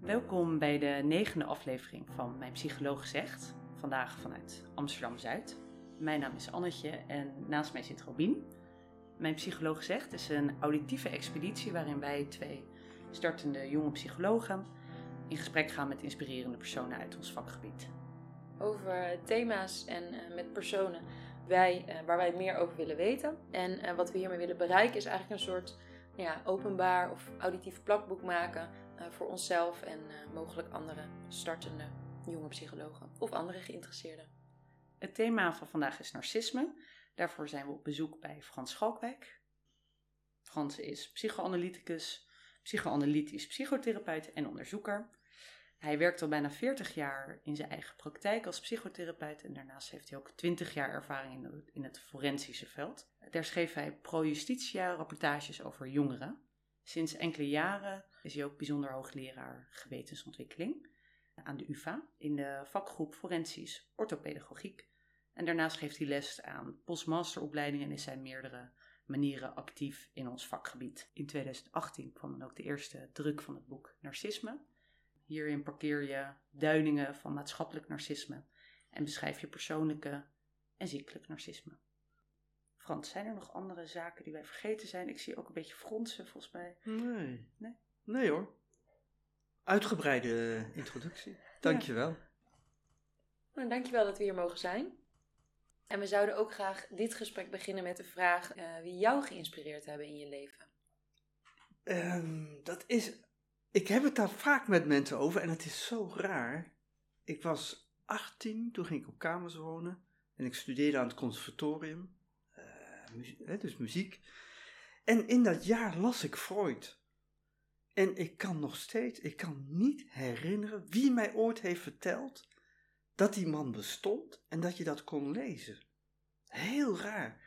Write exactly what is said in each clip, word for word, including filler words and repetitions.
Welkom bij de negende aflevering van Mijn Psycholoog Zegt. Vandaag vanuit Amsterdam-Zuid. Mijn naam is Annetje en naast mij zit Robien. Mijn Psycholoog Zegt is een auditieve expeditie waarin wij twee startende jonge psychologen in gesprek gaan met inspirerende personen uit ons vakgebied. Over thema's en uh, met personen wij, uh, waar wij meer over willen weten. En uh, wat we hiermee willen bereiken is eigenlijk een soort ja, openbaar of auditief plakboek maken uh, voor onszelf en uh, mogelijk andere startende jonge psychologen of andere geïnteresseerden. Het thema van vandaag is narcisme. Daarvoor zijn we op bezoek bij Frans Schalkwijk. Frans is psychoanalyticus, psychoanalytisch psychotherapeut en onderzoeker. Hij werkt al bijna veertig jaar in zijn eigen praktijk als psychotherapeut en daarnaast heeft hij ook twintig jaar ervaring in, de, in het forensische veld. Daar schreef hij pro justitia rapportages over jongeren. Sinds enkele jaren is hij ook bijzonder hoogleraar gewetensontwikkeling aan de U vA in de vakgroep Forensisch Orthopedagogiek. En daarnaast geeft hij les aan postmasteropleidingen en is hij meerdere manieren actief in ons vakgebied. In tweeduizend achttien kwam dan ook de eerste druk van het boek Narcisme. Hierin parkeer je duidingen van maatschappelijk narcisme en beschrijf je persoonlijke en ziekelijk narcisme. Frans, zijn er nog andere zaken die wij vergeten zijn? Ik zie ook een beetje fronsen volgens mij. Nee. Nee, nee hoor. Uitgebreide introductie. Dankjewel. Ja. Nou, dankjewel dat we hier mogen zijn. En we zouden ook graag dit gesprek beginnen met de vraag uh, wie jou geïnspireerd hebben in je leven. Um, dat is... Ik heb het daar vaak met mensen over en het is zo raar. Ik was achttien, toen ging ik op kamers wonen en ik studeerde aan het conservatorium, uh, muzie- dus muziek. En in dat jaar las ik Freud. En ik kan nog steeds, ik kan niet herinneren wie mij ooit heeft verteld dat die man bestond en dat je dat kon lezen. Heel raar.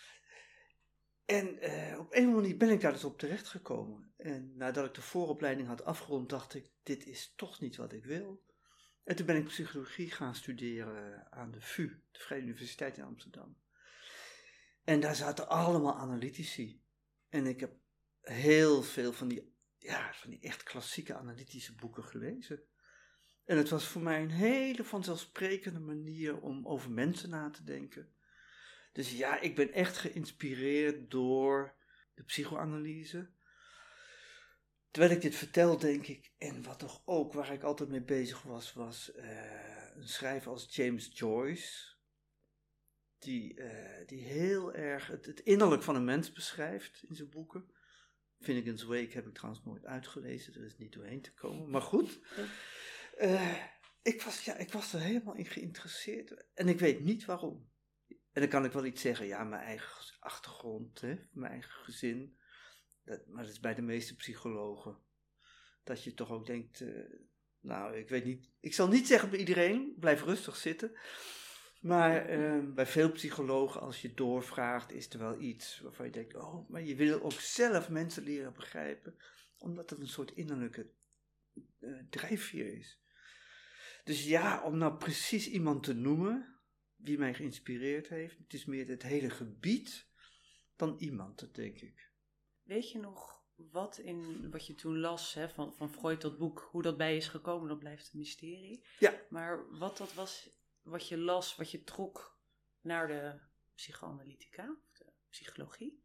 En uh, op een manier ben ik daar dus op terechtgekomen. En nadat ik de vooropleiding had afgerond, dacht ik, dit is toch niet wat ik wil. En toen ben ik psychologie gaan studeren aan de V U, de Vrije Universiteit in Amsterdam. En daar zaten allemaal analytici. En ik heb heel veel van die, ja, van die echt klassieke analytische boeken gelezen. En het was voor mij een hele vanzelfsprekende manier om over mensen na te denken. Dus ja, ik ben echt geïnspireerd door de psychoanalyse. Terwijl ik dit vertel, denk ik, en wat toch ook, waar ik altijd mee bezig was, was uh, een schrijver als James Joyce. Die, uh, die heel erg het, het innerlijk van een mens beschrijft in zijn boeken. Finnegan's Wake heb ik trouwens nooit uitgelezen, er is niet doorheen te komen. Maar goed, uh, ik, was, ja, ik was er helemaal in geïnteresseerd en ik weet niet waarom. En dan kan ik wel iets zeggen, ja, mijn eigen achtergrond, hè, mijn eigen gezin. Dat, maar dat is bij de meeste psychologen. Dat je toch ook denkt, uh, nou, ik weet niet. Ik zal niet zeggen bij iedereen, blijf rustig zitten. Maar uh, bij veel psychologen, als je doorvraagt, is er wel iets waarvan je denkt, oh, maar je wil ook zelf mensen leren begrijpen. Omdat het een soort innerlijke uh, drijfveer is. Dus ja, om nou precies iemand te noemen wie mij geïnspireerd heeft. Het is meer het hele gebied dan iemand, dat denk ik. Weet je nog wat, in, wat je toen las, hè, van, van Freud dat boek, hoe dat bij je is gekomen, dat blijft een mysterie. Ja. Maar wat dat was, wat je las, wat je trok naar de psychoanalytica, of de psychologie?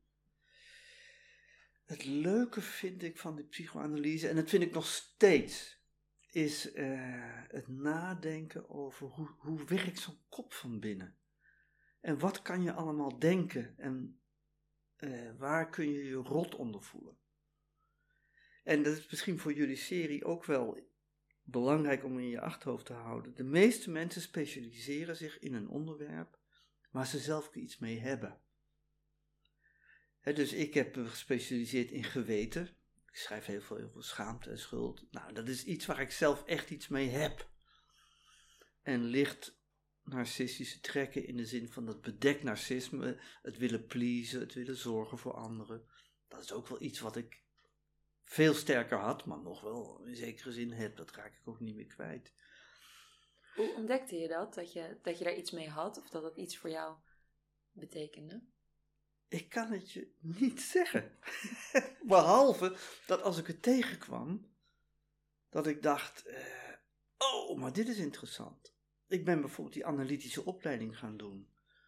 Het leuke vind ik van de psychoanalyse, en dat vind ik nog steeds, is uh, het nadenken over hoe, hoe werkt zo'n kop van binnen. En wat kan je allemaal denken en uh, waar kun je je rot onder voelen. En dat is misschien voor jullie serie ook wel belangrijk om in je achterhoofd te houden. De meeste mensen specialiseren zich in een onderwerp waar ze zelf iets mee hebben. He, dus ik heb gespecialiseerd in geweten. Ik schrijf heel veel over schaamte en schuld. Nou, dat is iets waar ik zelf echt iets mee heb. En licht narcistische trekken in de zin van dat bedekt narcisme, het willen pleasen, het willen zorgen voor anderen. Dat is ook wel iets wat ik veel sterker had, maar nog wel in zekere zin heb. Dat raak ik ook niet meer kwijt. Hoe ontdekte je dat? Dat je, dat je daar iets mee had? Of dat het iets voor jou betekende? Ik kan het je niet zeggen. Behalve dat als ik het tegenkwam, dat ik dacht, uh, oh, maar dit is interessant. Ik ben bijvoorbeeld die analytische opleiding gaan doen.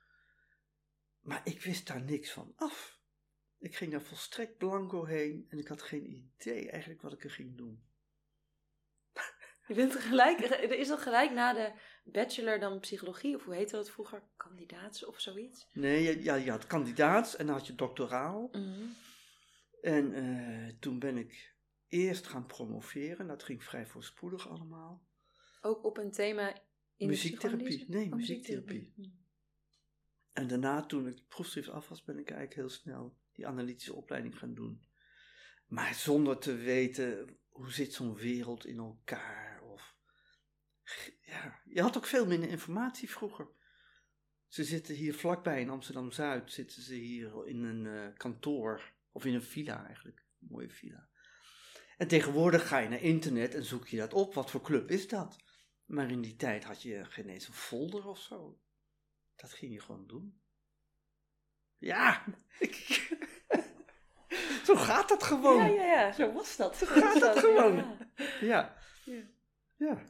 Maar ik wist daar niks van af. Ik ging daar volstrekt blanco heen en ik had geen idee eigenlijk wat ik er ging doen. Je bent gelijk, is dat gelijk na de bachelor dan psychologie, of hoe heette dat vroeger, kandidaats of zoiets? Nee, je, ja, je had kandidaats en dan had je doctoraal. Mm-hmm. En uh, toen ben ik eerst gaan promoveren, dat ging vrij voorspoedig allemaal. Ook op een thema in muziektherapie? Nee, oh, muziektherapie. Mm. En daarna, toen ik het proefschrift af was, ben ik eigenlijk heel snel die analytische opleiding gaan doen. Maar zonder te weten, hoe zit zo'n wereld in elkaar? Of, ja, je had ook veel minder informatie vroeger. Ze zitten hier vlakbij in Amsterdam-Zuid, zitten ze hier in een uh, kantoor, of in een villa eigenlijk, een mooie villa. En tegenwoordig ga je naar internet en zoek je dat op, wat voor club is dat? Maar in die tijd had je geen eens een folder of zo. Dat ging je gewoon doen. Ja, ik... Zo gaat dat gewoon. Ja, ja, ja, zo was dat. Zo gaat dat gewoon. Ja. Ja. Ja. Ja.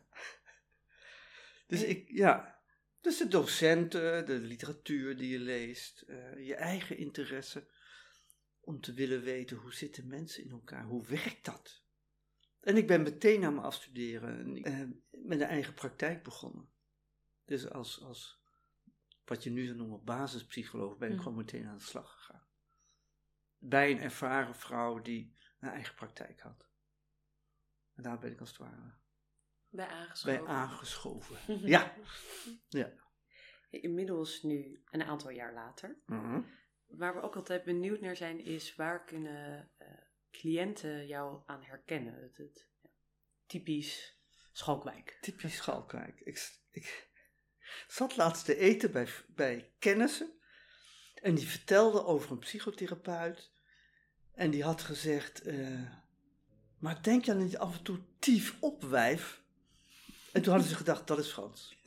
Dus ik, ja. Dus de docenten, de literatuur die je leest, uh, je eigen interesse om te willen weten hoe zitten mensen in elkaar, hoe werkt dat? En ik ben meteen na mijn afstuderen uh, met een eigen praktijk begonnen. Dus als, als wat je nu zou noemen basispsycholoog ben ik mm. gewoon meteen aan de slag gegaan. Bij een ervaren vrouw die een eigen praktijk had. En daar ben ik als het ware bij aangeschoven. Bij aangeschoven. Ja. Ja. Inmiddels nu een aantal jaar later. Uh-huh. Waar we ook altijd benieuwd naar zijn is waar kunnen uh, cliënten jou aan herkennen? Het, het ja, typisch Schalkwijk. Typisch Schalkwijk. Ik, ik zat laatst te eten bij, bij kennissen. En die vertelde over een psychotherapeut. En die had gezegd, uh, maar denk je dan niet af en toe tief op, wijf? En toen hadden ze gedacht, dat is Frans.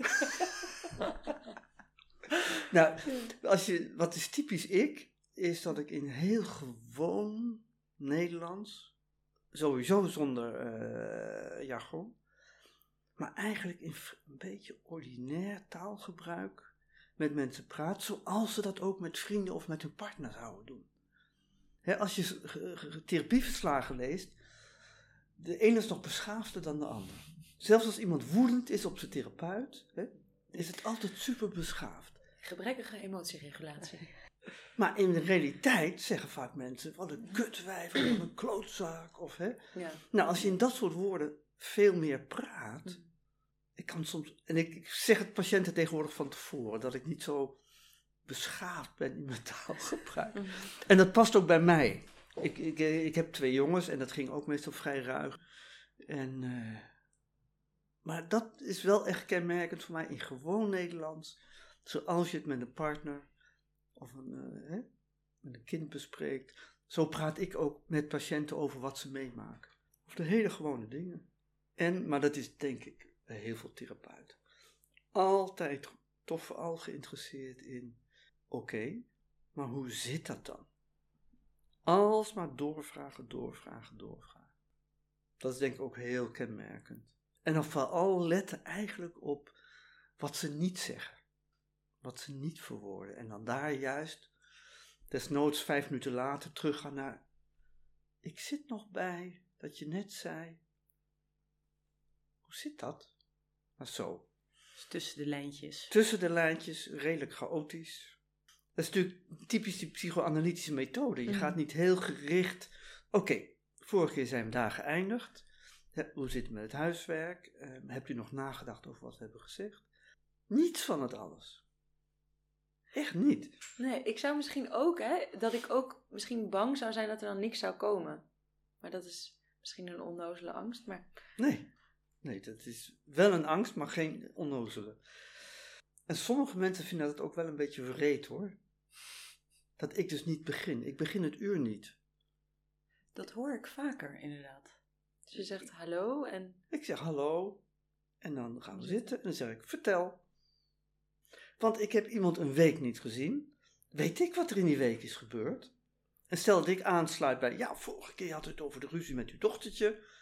Nou, als je, wat is typisch ik, is dat ik in heel gewoon Nederlands, sowieso zonder uh, jargon, maar eigenlijk in een beetje ordinair taalgebruik met mensen praat, zoals ze dat ook met vrienden of met hun partner zouden doen. He, als je therapieverslagen leest, de ene is nog beschaafder dan de ander. Zelfs als iemand woedend is op zijn therapeut, he, is het altijd super beschaafd. Gebrekkige emotieregulatie. Maar in de realiteit zeggen vaak mensen, wat een kutwijf, of wat een klootzak. Of, hè. Ja. Nou, als je in dat soort woorden veel meer praat, mm. ik kan soms, en ik, ik zeg het patiënten tegenwoordig van tevoren, dat ik niet zo beschaafd ben in mijn taalgebruik. Mm. En dat past ook bij mij. Ik, ik, ik heb twee jongens en dat ging ook meestal vrij ruig. En, uh, maar dat is wel echt kenmerkend voor mij in gewoon Nederlands. Zoals je het met een partner of een, uh, hè, met een kind bespreekt. Zo praat ik ook met patiënten over wat ze meemaken. Of de hele gewone dingen. En, maar dat is denk ik bij heel veel therapeuten. Altijd toch vooral geïnteresseerd in, oké, okay, maar hoe zit dat dan? Alsmaar doorvragen, doorvragen, doorvragen. Dat is denk ik ook heel kenmerkend. En dan vooral letten eigenlijk op wat ze niet zeggen. Wat ze niet verwoorden. En dan daar juist, desnoods vijf minuten later, teruggaan naar, ik zit nog bij dat je net zei, hoe zit dat? Nou zo. Dus tussen de lijntjes. Tussen de lijntjes, redelijk chaotisch. Dat is natuurlijk typisch die psychoanalytische methode. Je mm. gaat niet heel gericht, oké, okay, vorige keer zijn we daar geëindigd. Ja, hoe zit het met het huiswerk? Uh, hebt u nog nagedacht over wat we hebben gezegd? Niets van het alles. Echt niet. Nee, ik zou misschien ook, hè, dat ik ook misschien bang zou zijn dat er dan niks zou komen. Maar dat is misschien een onnozele angst, maar... Nee, nee, dat is wel een angst, maar geen onnozele. En sommige mensen vinden dat ook wel een beetje wreed, hoor. Dat ik dus niet begin. Ik begin het uur niet. Dat hoor ik vaker, inderdaad. Dus je zegt hallo en... Ik zeg hallo. En dan gaan we zitten en dan zeg ik, vertel. Want ik heb iemand een week niet gezien. Weet ik wat er in die week is gebeurd? En stel dat ik aansluit bij, ja, vorige keer had u het over de ruzie met uw dochtertje.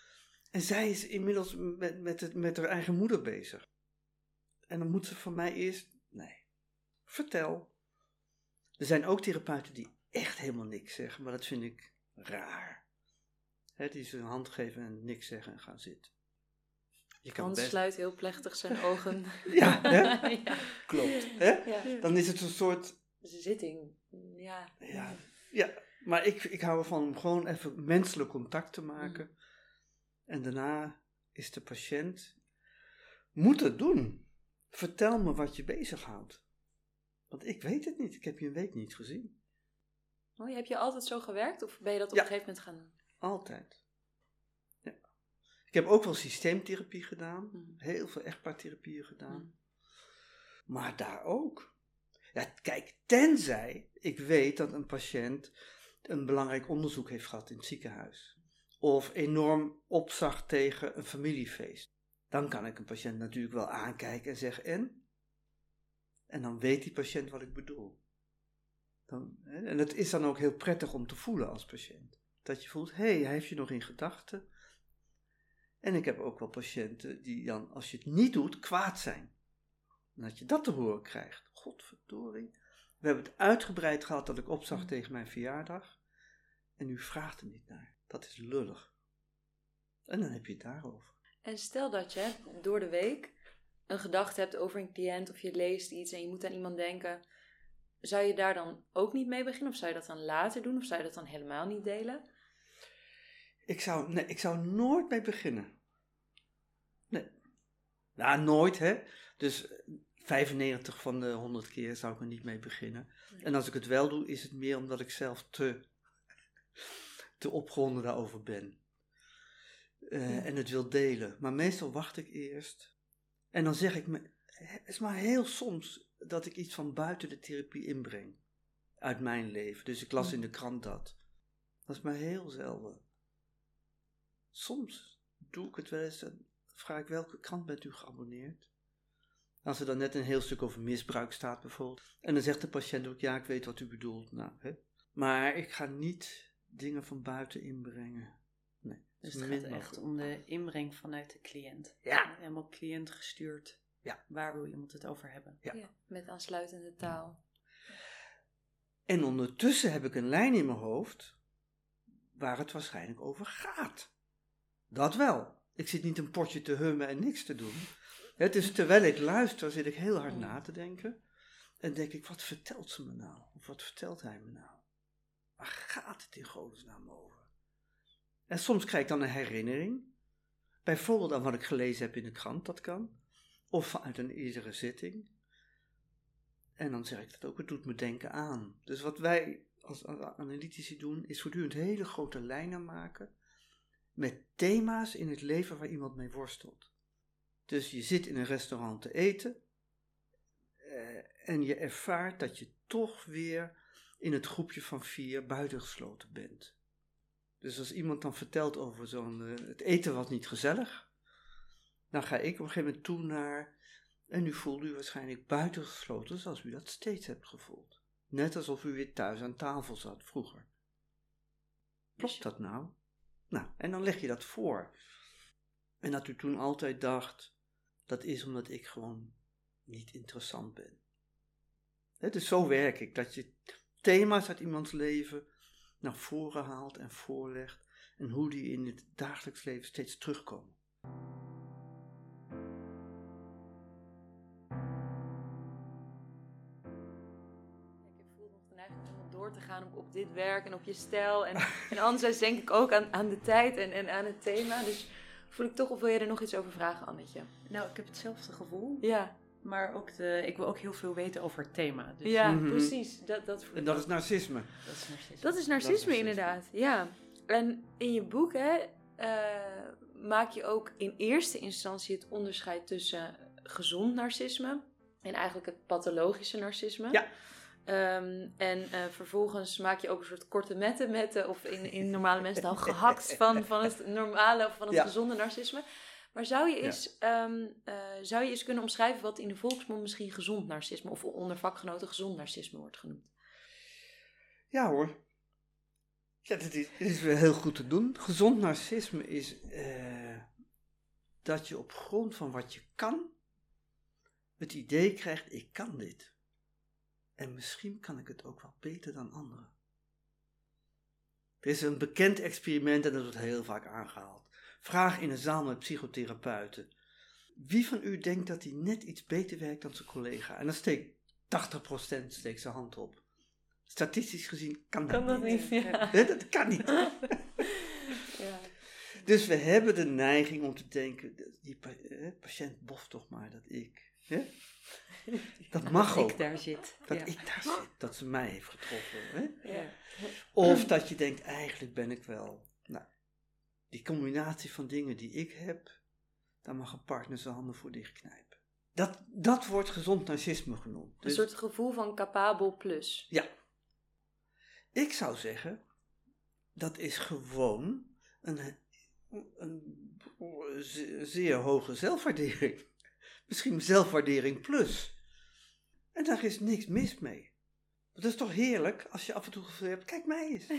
En zij is inmiddels met, met, het, met haar eigen moeder bezig. En dan moet ze van mij eerst, nee, vertel. Er zijn ook therapeuten die echt helemaal niks zeggen, maar dat vind ik raar. He, die ze een hand geven en niks zeggen en gaan zitten. Je kan Hans best... sluit heel plechtig zijn ogen. Ja, hè? Ja. Klopt. Hè? Ja. Dan is het een soort... Zitting. Ja. Ja, ja. Maar ik, ik hou ervan om gewoon even menselijk contact te maken. Mm. En daarna is de patiënt... Moet het doen. Vertel me wat je bezighoudt. Want ik weet het niet. Ik heb je een week niet gezien. Oh, heb je altijd zo gewerkt? Of ben je dat op Ja. een gegeven moment gaan doen? Altijd. Ja. Ik heb ook wel systeemtherapie gedaan. Mm. Heel veel echtpaartherapieën gedaan. Mm. Maar daar ook. Ja, kijk, tenzij ik weet dat een patiënt een belangrijk onderzoek heeft gehad in het ziekenhuis. Of enorm opzag tegen een familiefeest. Dan kan ik een patiënt natuurlijk wel aankijken en zeggen, en? En dan weet die patiënt wat ik bedoel. Dan, en het is dan ook heel prettig om te voelen als patiënt. Dat je voelt, hé, hey, hij heeft je nog in gedachten. En ik heb ook wel patiënten die dan, als je het niet doet, kwaad zijn. En dat je dat te horen krijgt. Godverdorie. We hebben het uitgebreid gehad dat ik opzag Mm. tegen mijn verjaardag. En u vraagt er niet naar. Dat is lullig. En dan heb je het daarover. En stel dat je door de week een gedachte hebt over een cliënt of je leest iets en je moet aan iemand denken. Zou je daar dan ook niet mee beginnen? Of zou je dat dan later doen? Of zou je dat dan helemaal niet delen? Ik zou, nee, ik zou nooit mee beginnen. Nee. Nou, nooit, hè. Dus vijfennegentig van de honderd keer zou ik er niet mee beginnen. Nee. En als ik het wel doe, is het meer omdat ik zelf te, te opgewonden daarover ben. Uh, Ja. En het wil delen. Maar meestal wacht ik eerst. En dan zeg ik me, het is maar heel soms dat ik iets van buiten de therapie inbreng. Uit mijn leven. Dus ik las in de krant dat. Dat is maar heel zelden. Soms doe ik het wel eens, dan vraag ik welke krant bent u geabonneerd? Als er dan net een heel stuk over misbruik staat bijvoorbeeld. En dan zegt de patiënt ook, ja, ik weet wat u bedoelt. Nou, hè. Maar ik ga niet dingen van buiten inbrengen. Nee. Dus het gaat echt om de inbreng vanuit de cliënt. Ja. Helemaal cliënt gestuurd. Ja. Waar wil iemand het over hebben? Ja. Ja, met aansluitende taal. En ondertussen heb ik een lijn in mijn hoofd waar het waarschijnlijk over gaat. Dat wel. Ik zit niet een potje te hummen en niks te doen. Het is terwijl ik luister, zit ik heel hard na te denken. En denk ik, wat vertelt ze me nou? Of wat vertelt hij me nou? Waar gaat het in godesnaam over? En soms krijg ik dan een herinnering. Bijvoorbeeld aan wat ik gelezen heb in de krant, dat kan. Of vanuit een eerdere zitting. En dan zeg ik dat ook, het doet me denken aan. Dus wat wij als analytici doen, is voortdurend hele grote lijnen maken. Met thema's in het leven waar iemand mee worstelt. Dus je zit in een restaurant te eten. Eh, en je ervaart dat je toch weer in het groepje van vier buitengesloten bent. Dus als iemand dan vertelt over zo'n, uh, het eten was niet gezellig, dan ga ik op een gegeven moment toe naar, en u voelt u waarschijnlijk buitengesloten zoals u dat steeds hebt gevoeld. Net alsof u weer thuis aan tafel zat vroeger. Klopt dat nou? Nou, en dan leg je dat voor. En dat u toen altijd dacht, dat is omdat ik gewoon niet interessant ben. He, dus zo werk ik, dat je thema's uit iemands leven naar voren haalt en voorlegt en hoe die in het dagelijks leven steeds terugkomen. Ik voel nog de neiging om door te gaan op, op dit werk en op je stijl. En, en anderzijds denk ik ook aan, aan de tijd en, en aan het thema. Dus voel ik toch, of wil je er nog iets over vragen, Annetje? Nou, ik heb hetzelfde gevoel. Ja, Maar ook de, ik wil ook heel veel weten over het thema. Dus ja Mhm. precies. Dat, dat voel ik En dat ook. is narcisme. dat is narcisme. Dat is narcisme, narcisme. inderdaad, ja. En in je boek hè, uh, maak je ook in eerste instantie het onderscheid tussen gezond narcisme en eigenlijk het pathologische narcisme. Ja. Um, en uh, vervolgens maak je ook een soort korte metten metten, of in, in normale mensentaal gehakt van, van het normale of van het Ja. gezonde narcisme. Maar zou je, eens, ja. um, uh, zou je eens kunnen omschrijven wat in de volksmond misschien gezond narcisme of onder vakgenoten gezond narcisme wordt genoemd? Ja hoor. Ja, dit is, dit is weer heel goed te doen. Gezond narcisme is, uh, dat je op grond van wat je kan, het idee krijgt, ik kan dit. En misschien kan ik het ook wel beter dan anderen. Er is een bekend experiment en dat wordt heel vaak aangehaald. Vraag in een zaal met psychotherapeuten. Wie van u denkt dat hij net iets beter werkt dan zijn collega? En dan steekt tachtig procent steekt zijn hand op. Statistisch gezien kan dat Kan dat niet. niet, ja. Hè, dat kan niet. Ja. Dus we hebben de neiging om te denken, die pa- eh, patiënt boft toch maar dat ik. Hè? Dat mag dat ook. ik daar zit. Dat ja. ik daar zit, dat ze mij heeft getroffen. Hè? Ja. Of dat je denkt, eigenlijk ben ik wel. Nou, die combinatie van dingen die ik heb, daar mag een partner zijn handen voor dichtknijpen. Dat, dat wordt gezond narcisme genoemd. Een Dus, soort gevoel van capabel plus. ja. Ik zou zeggen, dat is gewoon een, een, ze- zeer hoge zelfwaardering. Misschien zelfwaardering plus. En daar is niks mis mee. Het is toch heerlijk als je af en toe gevoel hebt, kijk mij eens.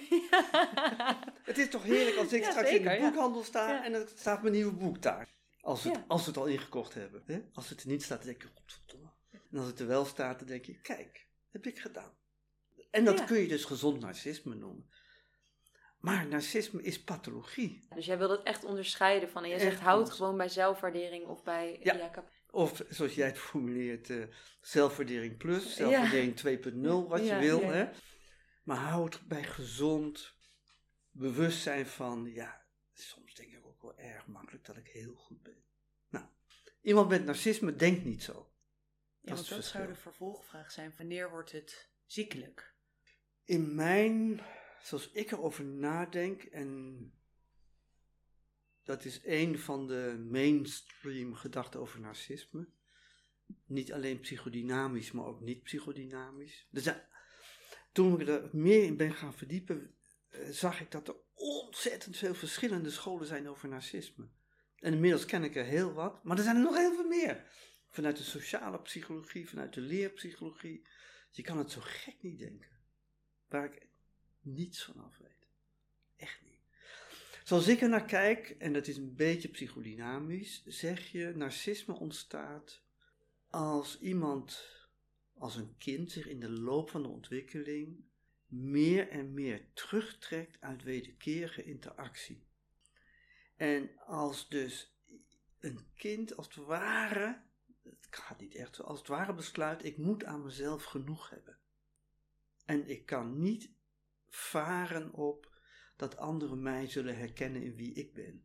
Het is toch heerlijk als ik Ja, straks zeker, in de ja. boekhandel sta Ja. en dan staat mijn nieuwe boek daar. Als, het, Ja. als we het al ingekocht hebben. Hè? Als het er niet staat, dan denk je, godverdomme. En als het er wel staat, dan denk je, kijk, heb ik gedaan. En dat Ja. kun je dus gezond narcisme noemen. Maar narcisme is pathologie. Dus jij wil dat echt onderscheiden van, en jij Echt zegt houd anders. gewoon bij zelfwaardering of bij... Ja. Ja, cap- Of zoals jij het formuleert, eh, zelfwaardering plus, zelfwaardering twee punt nul, wat Ja, je wil. ja. Hè? Maar hou het bij gezond bewustzijn van, ja, soms denk ik ook wel erg makkelijk dat ik heel goed ben. Nou, iemand met narcisme denkt niet zo. Ja, Dat want is het dat zou verschil. de vervolgvraag zijn. Wanneer wordt het ziekelijk? In mijn, zoals ik erover nadenk, en dat is een van de mainstream gedachten over narcisme. Niet alleen psychodynamisch, maar ook niet psychodynamisch. Dus ja, toen ik er meer in ben gaan verdiepen, eh, zag ik dat er ontzettend veel verschillende scholen zijn over narcisme. En inmiddels ken ik er heel wat, maar er zijn er nog heel veel meer. Vanuit de sociale psychologie, vanuit de leerpsychologie. Je kan het zo gek niet denken. Waar ik niets van af weet. Echt niet. Zoals ik er naar kijk, en dat is een beetje psychodynamisch, zeg je, narcisme ontstaat als iemand, als een kind zich in de loop van de ontwikkeling meer en meer terugtrekt uit wederkerige interactie. En als dus een kind als het ware, het gaat niet echt zo, als het ware besluit, ik moet aan mezelf genoeg hebben. En ik kan niet varen op dat anderen mij zullen herkennen in wie ik ben.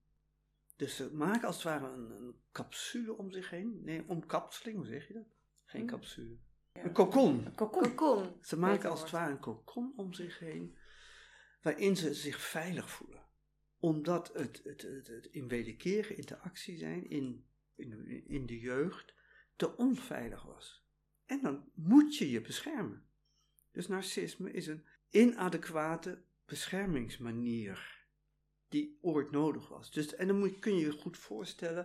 Dus ze maken als het ware een, een capsule om zich heen. Nee, omkapseling, hoe zeg je dat? Geen capsule. Ja. Een kokon. Cocon. Ze maken Beter als het woord. ware een kokon om zich heen, waarin ze zich veilig voelen. Omdat het, het, het, het in wederkerige interactie zijn in, in, in de jeugd te onveilig was. En dan moet je je beschermen. Dus narcisme is een inadequate beschermingsmanier die ooit nodig was. Dus, en dan moet, kun je je goed voorstellen,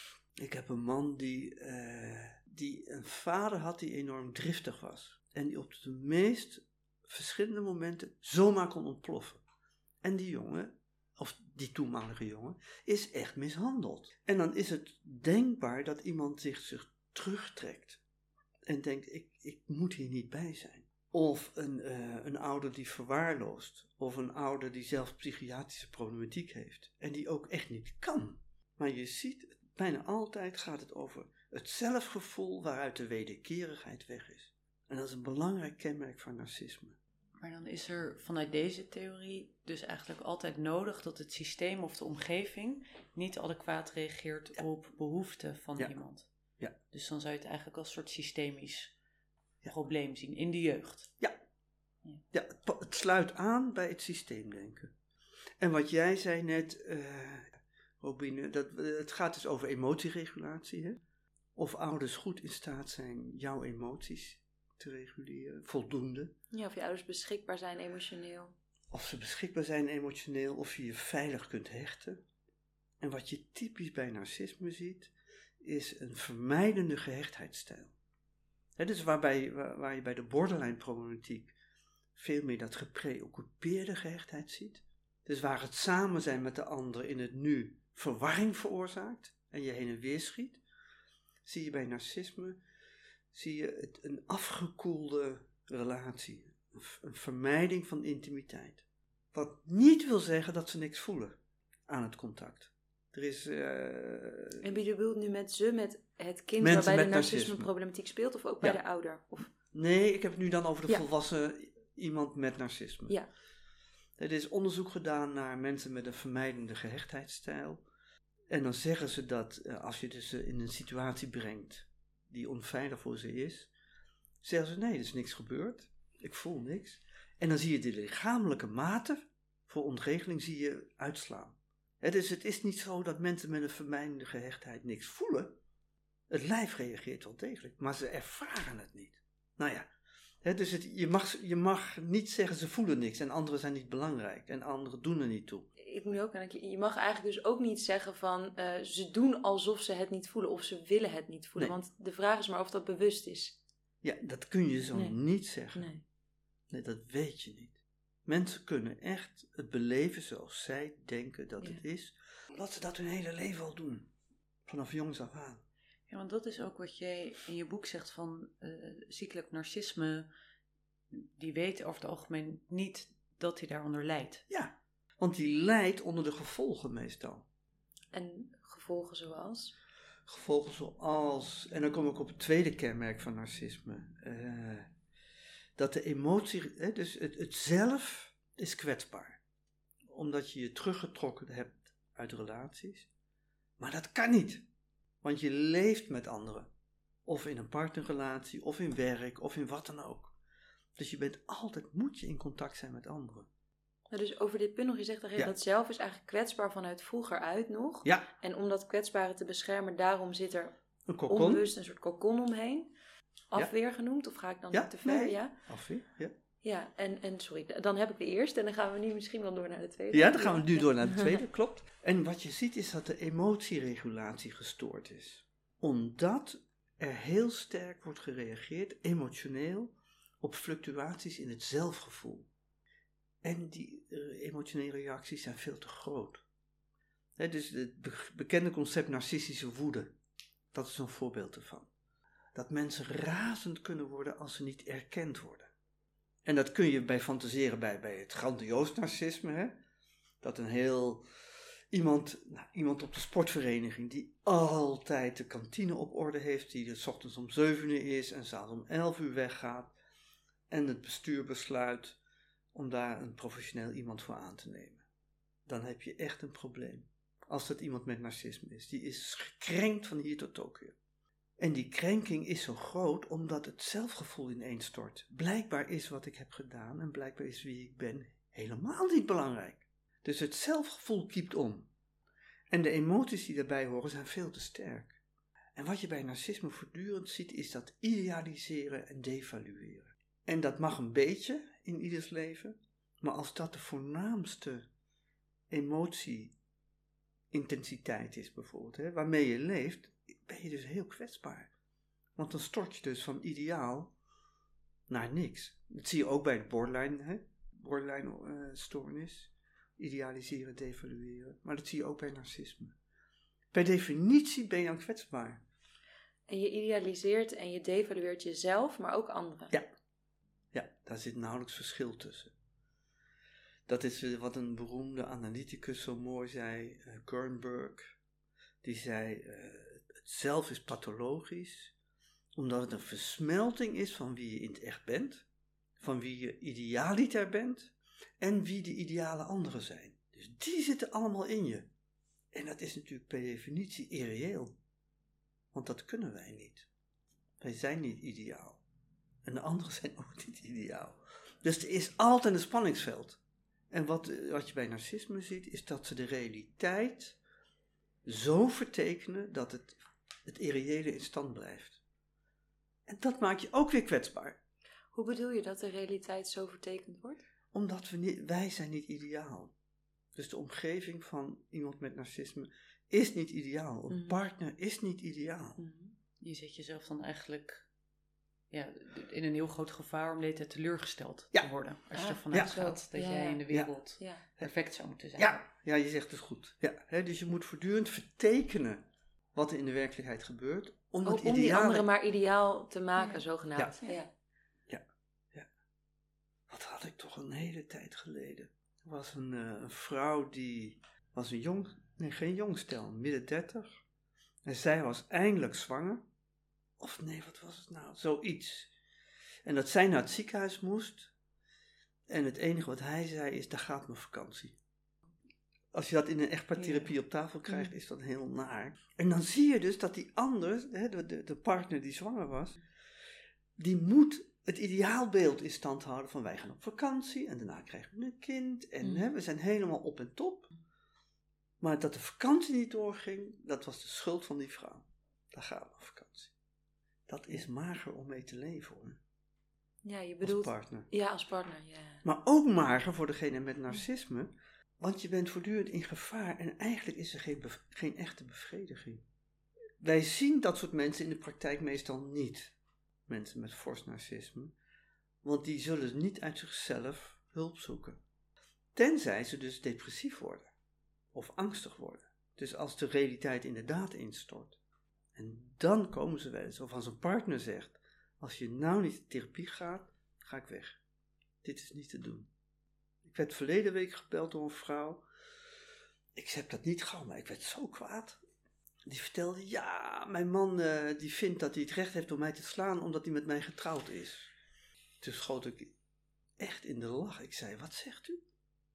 ik heb een man die, uh, die een vader had die enorm driftig was. En die op de meest verschillende momenten zomaar kon ontploffen. En die jongen, of die toenmalige jongen, is echt mishandeld. En dan is het denkbaar dat iemand zich, zich terugtrekt en denkt, ik, ik moet hier niet bij zijn. Of een, uh, een ouder die verwaarloost. Of een ouder die zelf psychiatrische problematiek heeft. En die ook echt niet kan. Maar je ziet, bijna altijd gaat het over het zelfgevoel waaruit de wederkerigheid weg is. En dat is een belangrijk kenmerk van narcisme. Maar dan is er vanuit deze theorie dus eigenlijk altijd nodig dat het systeem of de omgeving niet adequaat reageert ja. op behoeften van ja. iemand. Ja. Dus dan zou je het eigenlijk als een soort systemisch ja. probleem zien in de jeugd. Ja, ja. ja het, het sluit aan bij het systeemdenken. En wat jij zei net, uh, Robine, dat, uh, het gaat dus over emotieregulatie. Hè? Of ouders goed in staat zijn jouw emoties te reguleren, voldoende. Ja, of je ouders beschikbaar zijn emotioneel. Of ze beschikbaar zijn emotioneel, of je je veilig kunt hechten. En wat je typisch bij narcisme ziet, is een vermijdende gehechtheidsstijl. He, dus waarbij, waar, waar je bij de borderline problematiek veel meer dat gepreoccupeerde gehechtheid ziet. Dus waar het samen zijn met de ander in het nu verwarring veroorzaakt. en je heen en weer schiet, zie je bij narcisme zie je het, een afgekoelde relatie, een vermijding van intimiteit. Wat niet wil zeggen dat ze niks voelen aan het contact. Er is... Uh, en wie bedoelt nu met ze, met het kind Mensen waarbij de met narcisme narcisme. problematiek speelt of ook bij Ja. de ouder? Of... Nee, ik heb het nu dan over de Ja. volwassen iemand met narcisme. Ja. Er is onderzoek gedaan naar mensen met een vermijdende gehechtheidsstijl. En dan zeggen ze dat uh, als je dus uh, in een situatie brengt die onveilig voor ze is, zeggen ze nee, er is niks gebeurd. Ik voel niks. En dan zie je de lichamelijke mate voor ontregeling zie je uitslaan. He, dus het is niet zo dat mensen met een vermijdende gehechtheid niks voelen. Het lijf reageert wel degelijk, maar ze ervaren het niet. Nou ja, he, dus het, je, mag, je mag niet zeggen ze voelen niks en anderen zijn niet belangrijk en anderen doen er niet toe. Ik moet ook aan, je mag eigenlijk dus ook niet zeggen van uh, ze doen alsof ze het niet voelen of ze willen het niet voelen. Nee. Want de vraag is maar of dat bewust is. Ja, dat kun je zo Nee. niet zeggen. Nee. Nee, dat weet je niet. Mensen kunnen echt het beleven zoals zij denken dat Ja. het is. Omdat ze dat hun hele leven al doen. Vanaf jongs af aan. Ja, want dat is ook wat jij in je boek zegt van uh, ziekelijk narcisme. Die weet over het algemeen niet dat hij daaronder lijdt. Ja, want die lijdt onder de gevolgen meestal. En gevolgen zoals? Gevolgen zoals, en dan kom ik op het tweede kenmerk van narcisme. Uh, dat de emotie, hè, dus het, het zelf is kwetsbaar. Omdat je je teruggetrokken hebt uit relaties. Maar dat kan niet. Want je leeft met anderen. Of in een partnerrelatie, of in werk, of in wat dan ook. Dus je bent altijd, moet je in contact zijn met anderen. Nou, dus over dit punt nog, je zegt dat Ja. dat zelf is eigenlijk kwetsbaar vanuit vroeger uit nog. Ja, En om dat kwetsbare te beschermen, daarom zit er een kokon. onbewust een soort kokon omheen. Afweer genoemd, of ga ik dan Ja, niet te ver? nee. Ja, Afweer, ja. ja en, en sorry, dan heb ik de eerste en dan gaan we nu misschien wel door naar de tweede. Ja, dan gaan we nu door naar de tweede, klopt. En wat je ziet is dat de emotieregulatie gestoord is. Omdat er heel sterk wordt gereageerd, emotioneel, op fluctuaties in het zelfgevoel. En die uh, emotionele reacties zijn veel te groot. He, dus het be- bekende concept narcistische woede, dat is een voorbeeld ervan. Dat mensen razend kunnen worden als ze niet erkend worden. En dat kun je bij fantaseren bij, bij het grandioos narcisme. Hè? Dat een heel... Iemand, nou, iemand op de sportvereniging die altijd de kantine op orde heeft. Die er 's ochtends om zeven uur is en 's avonds om elf uur weggaat. En het bestuur besluit om daar een professioneel iemand voor aan te nemen. Dan heb je echt een probleem. Als dat iemand met narcisme is. Die is gekrenkt van hier tot Tokio. En die krenking is zo groot omdat het zelfgevoel ineenstort. Blijkbaar is wat ik heb gedaan en blijkbaar is wie ik ben helemaal niet belangrijk. Dus het zelfgevoel kiept om. En de emoties die daarbij horen zijn veel te sterk. En wat je bij narcisme voortdurend ziet is dat idealiseren en devalueren. En dat mag een beetje in ieders leven. Maar als dat de voornaamste emotie-intensiteit is bijvoorbeeld, hè, waarmee je leeft, ben je dus heel kwetsbaar. Want dan stort je dus van ideaal naar niks. Dat zie je ook bij de borderline, hè? borderline uh, stoornis. Idealiseren, devalueren. Maar dat zie je ook bij narcisme. Per definitie ben je dan kwetsbaar. En je idealiseert en je devalueert jezelf, maar ook anderen. Ja. Ja, daar zit nauwelijks verschil tussen. Dat is uh, wat een beroemde analyticus zo mooi zei, uh, Kernberg. Die zei, uh, het zelf is pathologisch, omdat het een versmelting is van wie je in het echt bent, van wie je idealiter bent en wie de ideale anderen zijn. Dus die zitten allemaal in je. En dat is natuurlijk per definitie irreëel. Want dat kunnen wij niet. Wij zijn niet ideaal. En de anderen zijn ook niet ideaal. Dus er is altijd een spanningsveld. En wat, wat je bij narcisme ziet, is dat ze de realiteit zo vertekenen dat het, het irreële in stand blijft. En dat maakt je ook weer kwetsbaar. Hoe bedoel je dat de realiteit zo vertekend wordt? Omdat we niet, wij zijn niet ideaal. Dus de omgeving van iemand met narcisme is niet ideaal. Een Mm. partner is niet ideaal. Mm. Je zet jezelf dan eigenlijk ja, in een heel groot gevaar om de hele tijd teleurgesteld Ja. te worden. Als je Ah, ervan ja. uitgaat dat Ja, jij ja. in de wereld Ja. perfect zou moeten zijn. Ja, ja, je zegt het goed. Ja, hè, dus je moet voortdurend vertekenen wat er in de werkelijkheid gebeurt. Omdat Ook om die idealen... anderen maar ideaal te maken, Ja. zogenaamd. Ja. Ja. Wat had ik toch een hele tijd geleden. Er was een, uh, een vrouw die was een jong, nee geen jongstel, midden dertig. En zij was eindelijk zwanger. Of nee, wat was het nou? Zoiets. En dat zij naar het ziekenhuis moest. En het enige wat hij zei is, daar gaat mijn vakantie. Als je dat in een echtpaartherapie op tafel krijgt, is dat heel naar. En dan zie je dus dat die ander, hè, de, de, de partner die zwanger was, die moet het ideaalbeeld in stand houden van wij gaan op vakantie en daarna krijgen we een kind en Mm. hè, we zijn helemaal op en top. Maar dat de vakantie niet doorging, dat was de schuld van die vrouw. Daar gaan we op vakantie. Dat is mager om mee te leven hoor. Ja, je Als bedoelt... partner. Ja, als partner, ja. Maar ook mager voor degene met narcisme, want je bent voortdurend in gevaar en eigenlijk is er geen, bev- geen echte bevrediging. Wij zien dat soort mensen in de praktijk meestal niet. Mensen met fors narcisme, want die zullen niet uit zichzelf hulp zoeken. Tenzij ze dus depressief worden of angstig worden. Dus als de realiteit inderdaad instort. En dan komen ze wel eens, of als een partner zegt, als je nou niet in therapie gaat, ga ik weg. Dit is niet te doen. Ik werd verleden week gebeld door een vrouw. Ik heb dat niet gauw, maar ik werd zo kwaad. Die vertelde, ja, mijn man uh, die vindt dat hij het recht heeft om mij te slaan omdat hij met mij getrouwd is. Toen schoot ik echt in de lach. Ik zei, wat zegt u?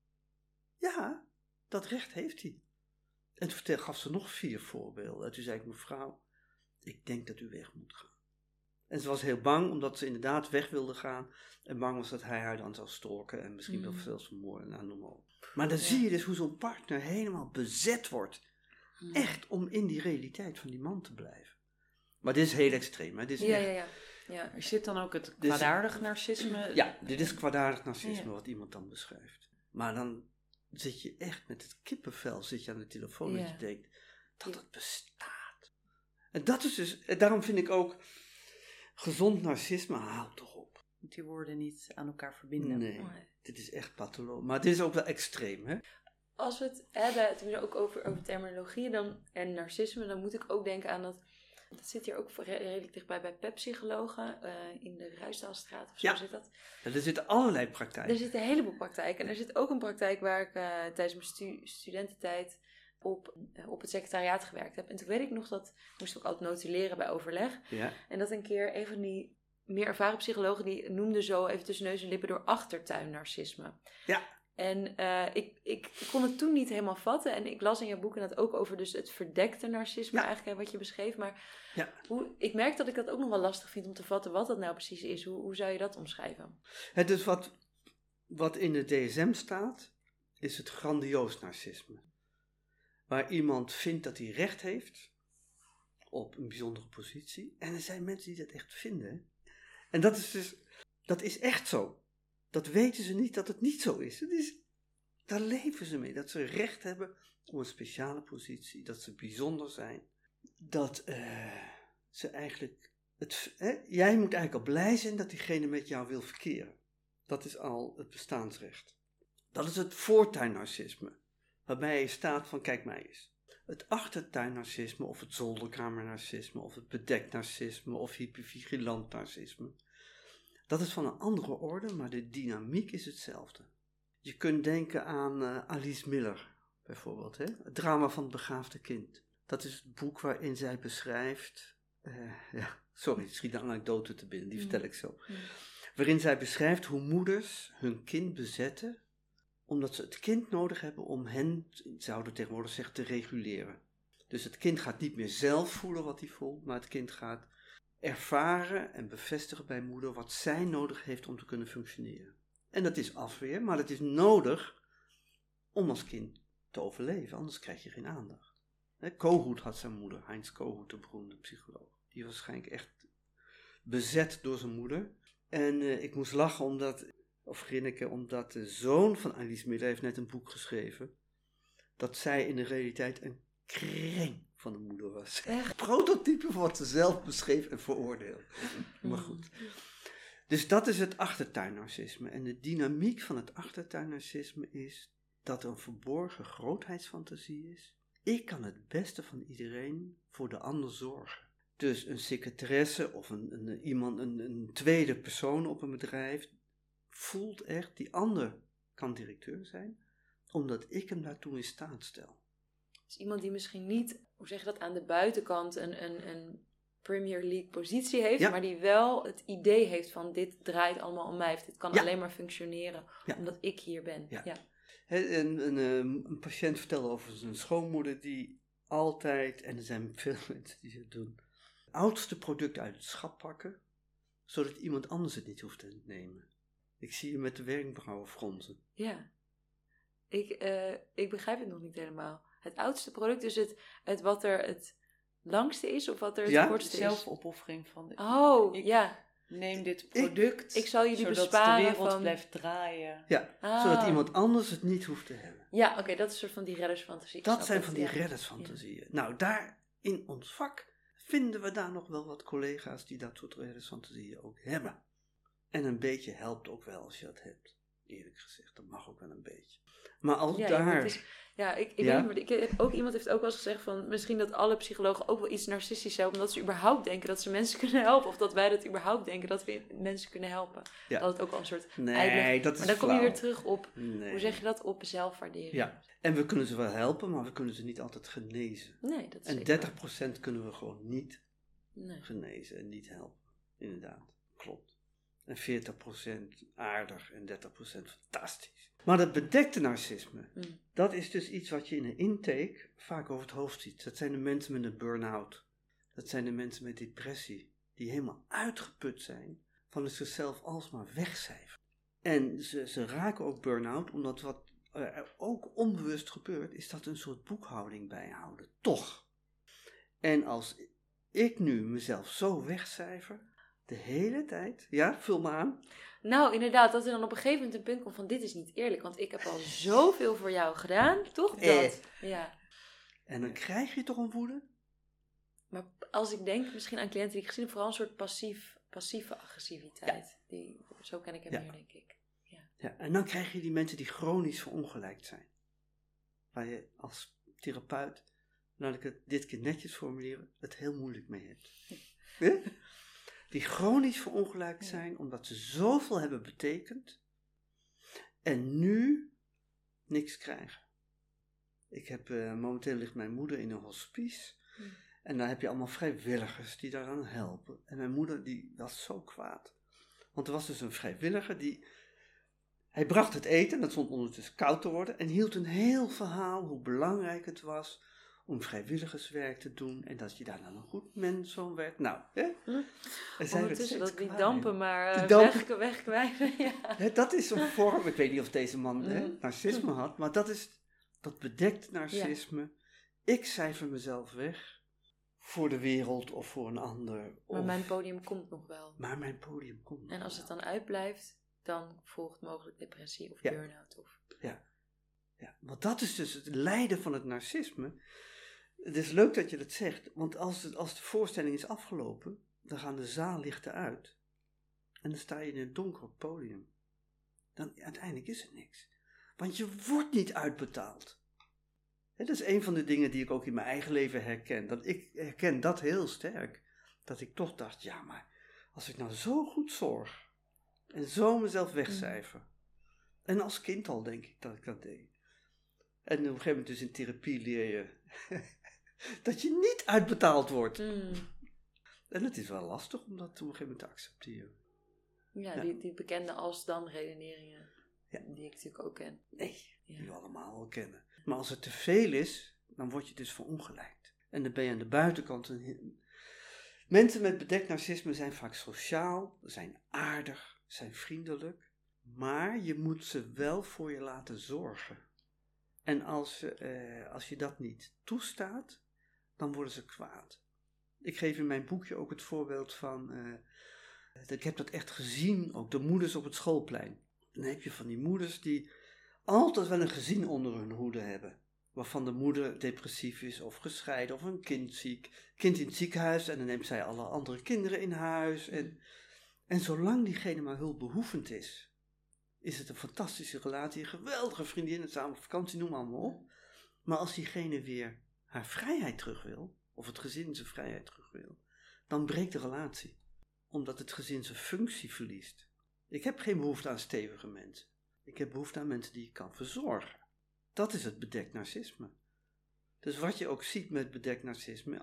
Ja, dat recht heeft hij. En toen vertel, gaf ze nog vier voorbeelden. En toen zei ik, mevrouw, ik denk dat u weg moet gaan. En ze was heel bang, omdat ze inderdaad weg wilde gaan. En bang was dat hij haar dan zou stalken en misschien wel Mm. veel vermoorden. Nou, noem maar op. Maar dan zie je dus hoe zo'n partner helemaal bezet wordt. Mm. Echt om in die realiteit van die man te blijven. Maar dit is heel extreem. Hè? Dit is Ja, echt, ja, ja. ja. Er zit dan ook het Dus- kwaadaardig narcisme. ja, dit is kwaadaardig narcisme Ja. wat iemand dan beschrijft. Maar dan zit je echt met het kippenvel zit je aan de telefoon en Ja. je denkt dat Ja. het bestaat. En dat is dus, en daarom vind ik ook gezond narcisme, hou toch op. Moet die woorden niet aan elkaar verbinden. Nee, Nee. dit is echt pathologisch. Maar dit is ook wel extreem, hè? Als we het hebben, tenminste ook over, over terminologie dan, en narcisme, dan moet ik ook denken aan dat, dat zit hier ook re- redelijk dichtbij bij pepsychologen, uh, in de Ruisdaalstraat of zo Ja. zit dat. En er zitten allerlei praktijken. Er zitten een heleboel praktijken en er zit ook een praktijk waar ik uh, tijdens mijn stu- studententijd op, uh, op het secretariaat gewerkt heb. En toen weet ik nog dat, ik moest ook altijd notuleren bij overleg. Ja. En dat een keer een van die meer ervaren psychologen, die noemde zo even tussen neus en lippen door achtertuin-narcisme. Ja. En uh, ik, ik, ik kon het toen niet helemaal vatten. En ik las in jouw boek inderdaad ook over dus het verdekte narcisme, Ja. eigenlijk, hè, wat je beschreef. Maar Ja. hoe, ik merk dat ik dat ook nog wel lastig vind om te vatten wat dat nou precies is. Hoe, hoe zou je dat omschrijven? Het is wat, wat in de D S M staat, is het grandioos narcisme. Waar iemand vindt dat hij recht heeft op een bijzondere positie. En er zijn mensen die dat echt vinden. Hè? En dat is dus, dat is echt zo. Dat weten ze niet dat het niet zo is. Het is. Daar leven ze mee. Dat ze recht hebben op een speciale positie. Dat ze bijzonder zijn. Dat uh, ze eigenlijk. Het, hè, jij moet eigenlijk al blij zijn dat diegene met jou wil verkeren. Dat is al het bestaansrecht. Dat is het voortuin-narcisme. Waarbij je staat van kijk mij eens. Het achtertuin-narcisme of het zolderkamer-narcisme of het bedekt-narcisme of hypervigilant-narcisme. Dat is van een andere orde, maar de dynamiek is hetzelfde. Je kunt denken aan uh, Alice Miller bijvoorbeeld. Hè? Het drama van het begaafde kind. Dat is het boek waarin zij beschrijft. Uh, ja, sorry, het schiet een anekdote te binnen, die vertel ik zo. Mm. Waarin zij beschrijft hoe moeders hun kind bezetten, omdat ze het kind nodig hebben om hen, zouden tegenwoordig zeggen, te reguleren. Dus het kind gaat niet meer zelf voelen wat hij voelt, maar het kind gaat ervaren en bevestigen bij moeder wat zij nodig heeft om te kunnen functioneren. En dat is afweer, maar dat is nodig om als kind te overleven, anders krijg je geen aandacht. Kohut had zijn moeder, Heinz Kohut, de beroemde psycholoog. Die was waarschijnlijk echt bezet door zijn moeder. En uh, ik moest lachen omdat, of grinniken, omdat de zoon van Alice Miller heeft net een boek geschreven. Dat zij in de realiteit een kreng van de moeder was. Echt? Prototype van wat ze zelf beschreef en veroordeelde. Maar goed. Dus dat is het achtertuin-narcisme. En de dynamiek van het achtertuin-narcisme is dat er een verborgen grootheidsfantasie is. ik kan het beste van iedereen voor de ander zorgen. Dus een secretaresse of een, een, iemand, een, een tweede persoon op een bedrijf voelt echt, die ander kan directeur zijn, omdat ik hem daartoe in staat stel. Dus iemand die misschien niet, hoe zeg je dat, aan de buitenkant een, een, een Premier League positie heeft, ja. maar die wel het idee heeft van dit draait allemaal om mij, of dit kan ja. alleen maar functioneren ja. omdat ik hier ben. Ja. Ja. Een, een, een patiënt vertelde over zijn schoonmoeder die altijd, en er zijn veel mensen die het doen, het oudste product uit het schap pakken, zodat iemand anders het niet hoeft te nemen. Ik zie je met de wenkbrauwen fronsen. Ja, ik, uh, ik begrijp het nog niet helemaal. Het oudste product is het, het wat er het langste is of wat er het ja, kortste is? Zelfopoffering van de... Oh, ik ja. Neem dit product, ik, ik zal jullie zodat besparen de wereld van... blijft draaien. Ja, ah. zodat iemand anders het niet hoeft te hebben. Ja, oké, okay, dat is een soort van die reddersfantasie. Dat zijn van die ja. reddersfantasieën. Ja. Nou, daar in ons vak vinden we daar nog wel wat collega's die dat soort reddersfantasieën ook hebben. En een beetje helpt ook wel als je dat hebt. Eerlijk gezegd, dat mag ook wel een beetje. Maar als ja, daar... Ja, is, ja, ik, ik ja? weet niet, ik heb ook, iemand heeft ook wel eens gezegd van misschien dat alle psychologen ook wel iets narcistisch zijn, omdat ze überhaupt denken dat ze mensen kunnen helpen. Of dat wij dat überhaupt denken dat we mensen kunnen helpen. Ja. Dat het ook al een soort nee, uitleg. dat is Maar dan flauw. kom je weer terug op, nee. hoe zeg je dat, op zelfwaardering. Ja, en we kunnen ze wel helpen, maar we kunnen ze niet altijd genezen. Nee, dat is en dertig procent kunnen we gewoon niet nee. genezen en niet helpen. Inderdaad, klopt. En veertig procent aardig en dertig procent fantastisch. Maar dat bedekte narcisme, mm. dat is dus iets wat je in een intake vaak over het hoofd ziet. Dat zijn de mensen met een burn-out. Dat zijn de mensen met depressie, die helemaal uitgeput zijn van het zichzelf alsmaar wegcijferen. En ze, ze raken ook burn-out, omdat wat er ook onbewust gebeurt, is dat een soort boekhouding bijhouden. Toch. En als ik nu mezelf zo wegcijfer... De hele tijd? Ja, vul me aan. Nou, inderdaad, dat er dan op een gegeven moment een punt komt van dit is niet eerlijk, want ik heb al zoveel voor jou gedaan, toch? Dat. Eh. Ja. En dan krijg je toch een woede? Maar als ik denk misschien aan cliënten die ik gezien heb, vooral een soort passief, passieve agressiviteit. Ja. Die, zo ken ik hem ja. meer, denk ik. Ja. Ja, en dan krijg je die mensen die chronisch verongelijkt zijn. Waar je als therapeut, laat ik het dit keer netjes formuleren, het heel moeilijk mee hebt. Ja? Die chronisch verongelijkt zijn, omdat ze zoveel hebben betekend en nu niks krijgen. Ik heb, uh, momenteel ligt mijn moeder in een hospice mm. en daar heb je allemaal vrijwilligers die daaraan helpen. En mijn moeder die was zo kwaad, want er was dus een vrijwilliger die, hij bracht het eten, dat stond ondertussen koud te worden en hield een heel verhaal hoe belangrijk het was om vrijwilligerswerk te doen en dat je daar dan een goed mens van werd. Nou, hè? Hm? En zijn ondertussen dat die dampen maar uh, die dampen, weg, wegkwijnen. Ja. Hè, dat is een vorm, ik weet niet of deze man mm. hè, narcisme had, maar dat is dat bedekt narcisme. Ja. Ik cijfer mezelf weg voor de wereld of voor een ander. Maar of, mijn podium komt nog wel. Maar mijn podium komt nog En als wel. het dan uitblijft, dan volgt mogelijk depressie of ja. burn-out. Of... Ja. Ja, want dat is dus het lijden van het narcisme. Het is leuk dat je dat zegt, want als, het, als de voorstelling is afgelopen, dan gaan de zaallichten uit. En dan sta je in een donker podium. Dan uiteindelijk is er niks. Want je wordt niet uitbetaald. Hè, dat is een van de dingen die ik ook in mijn eigen leven herken. Dat ik herken dat heel sterk. Dat ik toch dacht, ja maar, als ik nou zo goed zorg. En zo mezelf wegcijfer. Mm. En als kind al denk ik dat ik dat deed. En op een gegeven moment dus in therapie leer je dat je niet uitbetaald wordt. Mm. En het is wel lastig om dat op een gegeven moment te accepteren. Ja, ja. Die, die bekende als-dan redeneringen, ja. die ik natuurlijk ook ken. Nee, ja. die we allemaal wel kennen. Maar als het te veel is, dan word je dus verongelijkt. En dan ben je aan de buitenkant. Een... Mensen met bedekt narcisme zijn vaak sociaal, zijn aardig, zijn vriendelijk. Maar je moet ze wel voor je laten zorgen. En als, uh, als je dat niet toestaat, dan worden ze kwaad. Ik geef in mijn boekje ook het voorbeeld van, uh, ik heb dat echt gezien, ook de moeders op het schoolplein. Dan heb je van die moeders die altijd wel een gezin onder hun hoede hebben. Waarvan de moeder depressief is of gescheiden of een kind ziek. Kind in het ziekenhuis en dan neemt zij alle andere kinderen in huis. En, en zolang diegene maar hulpbehoevend is, is het een fantastische relatie, een geweldige vriendinnen, samen op vakantie, noem maar allemaal op. Maar als diegene weer haar vrijheid terug wil, of het gezin zijn vrijheid terug wil, dan breekt de relatie. Omdat het gezin zijn functie verliest. Ik heb geen behoefte aan stevige mensen. Ik heb behoefte aan mensen die ik kan verzorgen. Dat is het bedekt narcisme. Dus wat je ook ziet met bedekt narcisme.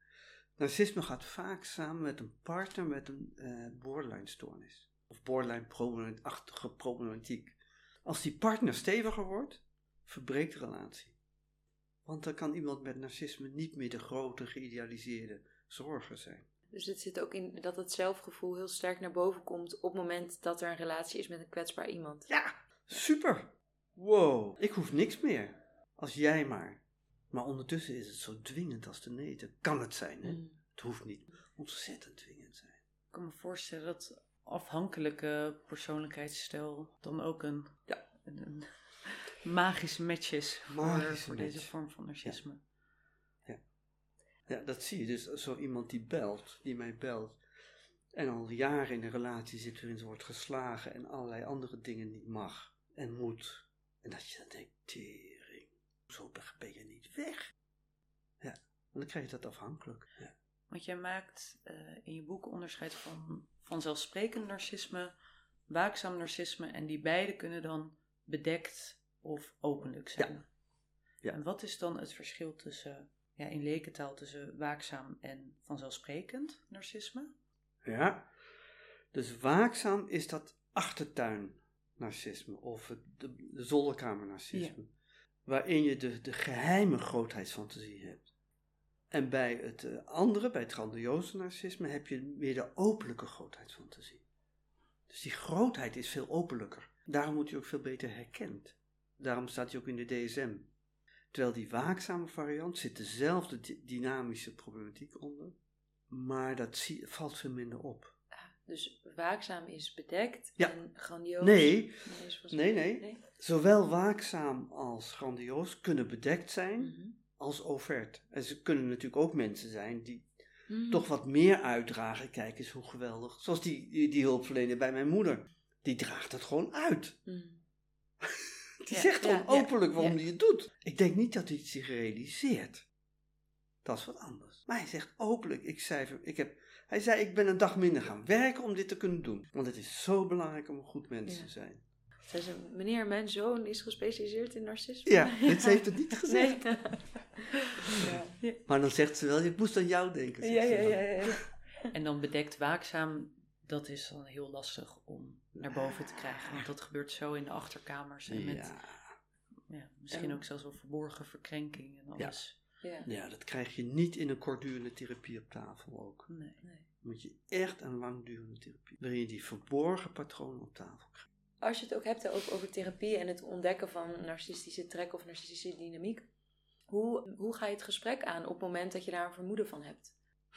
Narcisme gaat vaak samen met een partner met een uh, borderline stoornis. Of borderline-achtige problematiek. Als die partner steviger wordt, verbreekt de relatie. Want dan kan iemand met narcisme niet meer de grote geïdealiseerde zorger zijn. Dus het zit ook in dat het zelfgevoel heel sterk naar boven komt op het moment dat er een relatie is met een kwetsbaar iemand. Ja, super. Wow, ik hoef niks meer. Als jij maar. Maar ondertussen is het zo dwingend als de neten. Kan het zijn, hè? Mm. Het hoeft niet ontzettend dwingend zijn. Ik kan me voorstellen dat afhankelijke persoonlijkheidsstijl dan ook een, ja. een, een magische match is voor, voor deze vorm van narcisme. Ja. Ja. Ja, dat zie je. Dus zo iemand die belt, die mij belt, en al jaren in een relatie zit waarin ze wordt geslagen en allerlei andere dingen niet mag en moet. En dat je dan denkt, tering, zo ben je niet weg. Ja, en dan krijg je dat afhankelijk. Ja. Want jij maakt uh, in je boek onderscheid van vanzelfsprekend narcisme, waakzaam narcisme, en die beide kunnen dan bedekt of openlijk zijn. Ja. Ja. En wat is dan het verschil tussen, ja, in lekentaal, tussen waakzaam en vanzelfsprekend narcisme? Ja, dus waakzaam is dat achtertuin narcisme of het, de, de zolderkamer narcisme, ja. Waarin je de, de geheime grootheidsfantasie hebt. En bij het uh, andere, bij het grandioze narcisme, heb je meer de openlijke grootheidsfantasie. Dus die grootheid is veel openlijker. Daarom wordt hij ook veel beter herkend. Daarom staat hij ook in de D S M. Terwijl die waakzame variant zit dezelfde d- dynamische problematiek onder, maar dat zie, valt veel minder op. Dus waakzaam is bedekt ja. en grandioos? Nee, nee, nee, nee. Zowel waakzaam als grandioos kunnen bedekt zijn mm-hmm. als overt. En ze kunnen natuurlijk ook mensen zijn die mm. toch wat meer uitdragen. Kijk eens hoe geweldig. Zoals die, die, die hulpverlener bij mijn moeder. Die draagt het gewoon uit. Mm. Die ja, zegt gewoon ja, openlijk waarom hij ja. het doet. Ik denk niet dat hij het zich realiseert. Dat is wat anders. Maar hij zegt openlijk, ik zei, ik heb, hij zei ik ben een dag minder gaan werken om dit te kunnen doen. Want het is zo belangrijk om een goed mens ja. te zijn. Zij zei, meneer, mijn zoon is gespecialiseerd in narcisme. Ja, dit heeft het niet gezegd. Nee. ja. Maar dan zegt ze wel, ik moest aan jou denken. Ja, ja, ja, ja, ja. En dan bedekt waakzaam, dat is dan heel lastig om naar boven te krijgen. Want dat gebeurt zo in de achterkamers. En met ja. Ja, misschien ja. ook zelfs wel verborgen verkrenking en alles. Ja. Ja. ja, dat krijg je niet in een kortdurende therapie op tafel ook. Nee, nee. Dan moet je echt een langdurende therapie, waarin je die verborgen patronen op tafel krijgt. Als je het ook hebt over, over therapie en het ontdekken van narcistische trek of narcistische dynamiek, hoe, hoe ga je het gesprek aan op het moment dat je daar een vermoeden van hebt?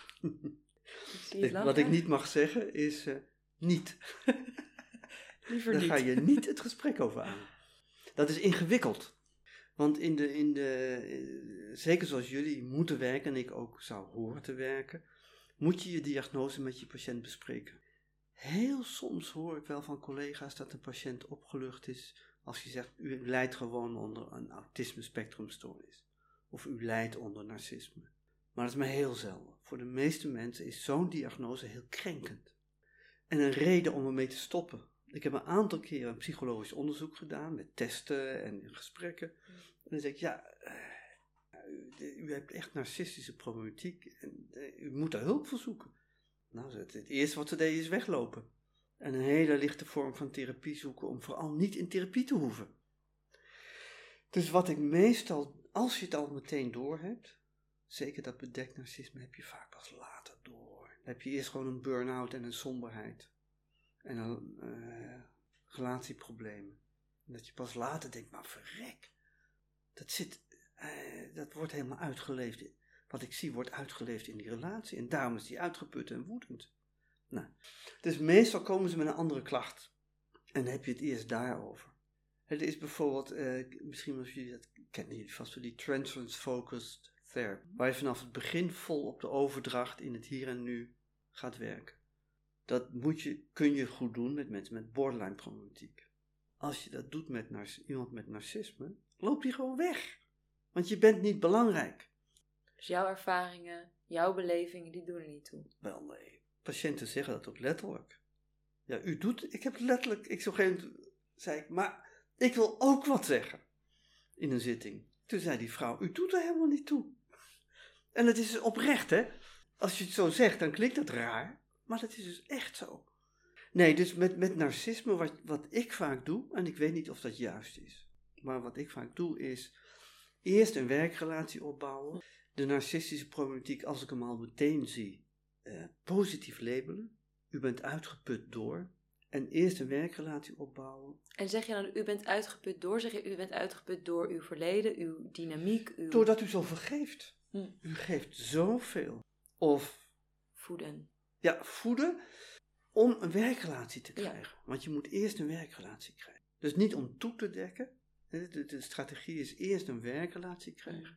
Ik Wat ik niet mag zeggen is uh, niet. Liever Daar niet. ga je niet het gesprek over aan. Dat is ingewikkeld. Want in de, in de, zeker zoals jullie moeten werken en ik ook zou horen te werken, moet je je diagnose met je patiënt bespreken. Heel soms hoor ik wel van collega's dat een patiënt opgelucht is als je zegt, u lijdt gewoon onder een autisme spectrumstoornis. Of u lijdt onder narcisme. Maar dat is maar heel zelden. Voor de meeste mensen is zo'n diagnose heel krenkend. En een reden om ermee te stoppen. Ik heb een aantal keren een psychologisch onderzoek gedaan met testen en gesprekken. En dan zeg ik, ja, uh, u hebt echt narcistische problematiek en uh, u moet daar hulp voor zoeken. Nou, het, het eerste wat ze deden is weglopen. En een hele lichte vorm van therapie zoeken om vooral niet in therapie te hoeven. Dus wat ik meestal, als je het al meteen door hebt, zeker dat bedekt narcisme heb je vaak pas later door. Dan heb je eerst gewoon een burn-out en een somberheid. En dan uh, relatieproblemen. En dat je pas later denkt, maar verrek. Dat zit, uh, dat wordt helemaal uitgeleefd. Wat ik zie wordt uitgeleefd in die relatie. En daarom is die uitgeput en woedend. Nou, dus meestal komen ze met een andere klacht. En dan heb je het eerst daarover. Er is bijvoorbeeld, uh, misschien als jullie dat kennen jullie vast wel, die Transference Focused Therapy. Waar je vanaf het begin vol op de overdracht in het hier en nu gaat werken. Dat moet je, kun je goed doen met mensen met borderline problematiek. Als je dat doet met nar- iemand met narcisme, loopt die gewoon weg. Want je bent niet belangrijk. Dus jouw ervaringen, jouw belevingen, die doen er niet toe. Wel nee, patiënten zeggen dat ook letterlijk. Ja, u doet, ik heb letterlijk, ik zo geen, zei ik, maar ik wil ook wat zeggen in een zitting. Toen zei die vrouw, u doet er helemaal niet toe. En het is oprecht, hè. Als je het zo zegt, dan klinkt dat raar, maar dat is dus echt zo. Nee, dus met, met narcisme, wat, wat ik vaak doe, en ik weet niet of dat juist is, maar wat ik vaak doe is eerst een werkrelatie opbouwen, de narcistische problematiek, als ik hem al meteen zie, eh, positief labelen. U bent uitgeput door. En eerst een werkrelatie opbouwen. En zeg je dan, u bent uitgeput door? Zeg je, u bent uitgeput door uw verleden, uw dynamiek, uw... Doordat u zoveel geeft. Hm. U geeft zoveel. Of... Voeden. Ja, voeden om een werkrelatie te krijgen. Ja. Want je moet eerst een werkrelatie krijgen. Dus niet om toe te dekken. De, de, de strategie is eerst een werkrelatie krijgen.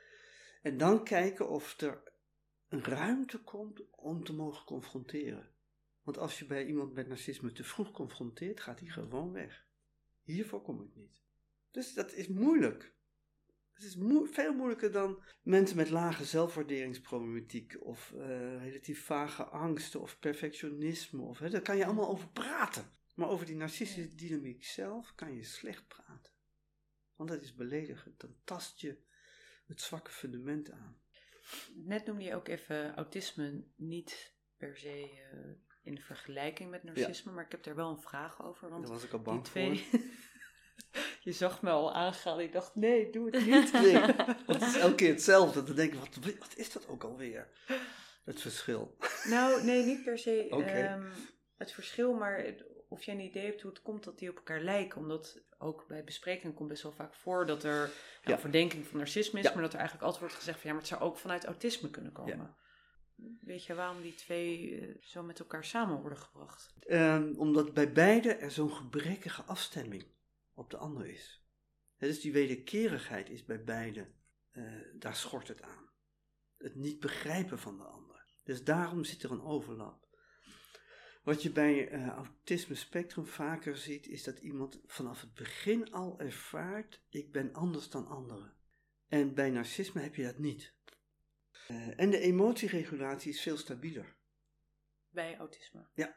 En dan kijken of er een ruimte komt om te mogen confronteren. Want als je bij iemand met narcisme te vroeg confronteert, gaat hij gewoon weg. Hiervoor kom ik niet. Dus dat is moeilijk. Het is mo- veel moeilijker dan mensen met lage zelfwaarderingsproblematiek of uh, relatief vage angsten of perfectionisme. Of, hè, daar kan je allemaal over praten. Maar over die narcistische dynamiek zelf kan je slecht praten. Want dat is beledigend. Dan tast je het zwakke fundament aan. Net noemde je ook even autisme niet per se uh, in vergelijking met narcisme, ja. Maar ik heb daar wel een vraag over. Want daar was ik al bang die twee... voor. Je zag me al aangaan. Ik dacht, nee, doe het niet. Nee, want het is elke keer hetzelfde. Dan denk ik, wat, wat is dat ook alweer? Het verschil. Nou, nee, niet per se okay. um, het verschil, maar of jij een idee hebt hoe het komt dat die op elkaar lijken. Omdat ook bij besprekingen komt best wel vaak voor dat er nou, ja. verdenking van narcisme is, ja. maar dat er eigenlijk altijd wordt gezegd van ja, maar het zou ook vanuit autisme kunnen komen. Ja. Weet je waarom die twee uh, zo met elkaar samen worden gebracht? Um, omdat bij beide er zo'n gebrekkige afstemming op de ander is. He, dus die wederkerigheid is bij beide, uh, daar schort het aan. Het niet begrijpen van de ander. Dus daarom zit er een overlap. Wat je bij uh, autisme spectrum vaker ziet, is dat iemand vanaf het begin al ervaart, ik ben anders dan anderen. En bij narcisme heb je dat niet. Uh, en de emotieregulatie is veel stabieler. Bij autisme? Ja.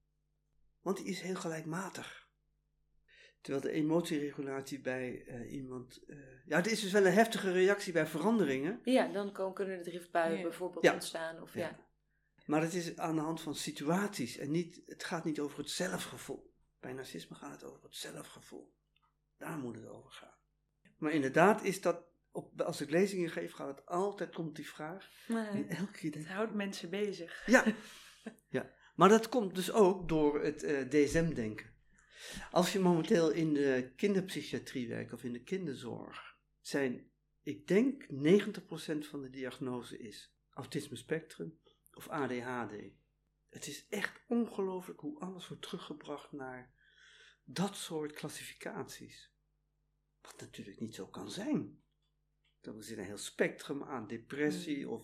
Want die is heel gelijkmatig. Terwijl de emotieregulatie bij uh, iemand... Uh, ja, het is dus wel een heftige reactie bij veranderingen. Ja, dan kan, kunnen er driftbuien ja. bijvoorbeeld ja. ontstaan. Of, ja. Ja. Maar het is aan de hand van situaties. En niet, het gaat niet over het zelfgevoel. Bij narcisme gaat het over het zelfgevoel. Daar moet het over gaan. Maar inderdaad is dat... Op, als ik lezingen geef, gaat het altijd, komt die vraag. Nee, en elke keer denk het houdt mensen bezig. Ja, ja. Maar dat komt dus ook door het uh, D S M-denken. Als je momenteel in de kinderpsychiatrie werkt of in de kinderzorg, zijn, ik denk, negentig procent van de diagnose is autisme spectrum of A D H D. Het is echt ongelooflijk hoe alles wordt teruggebracht naar dat soort klassificaties. Wat natuurlijk niet zo kan zijn. Er zit een heel spectrum aan depressie of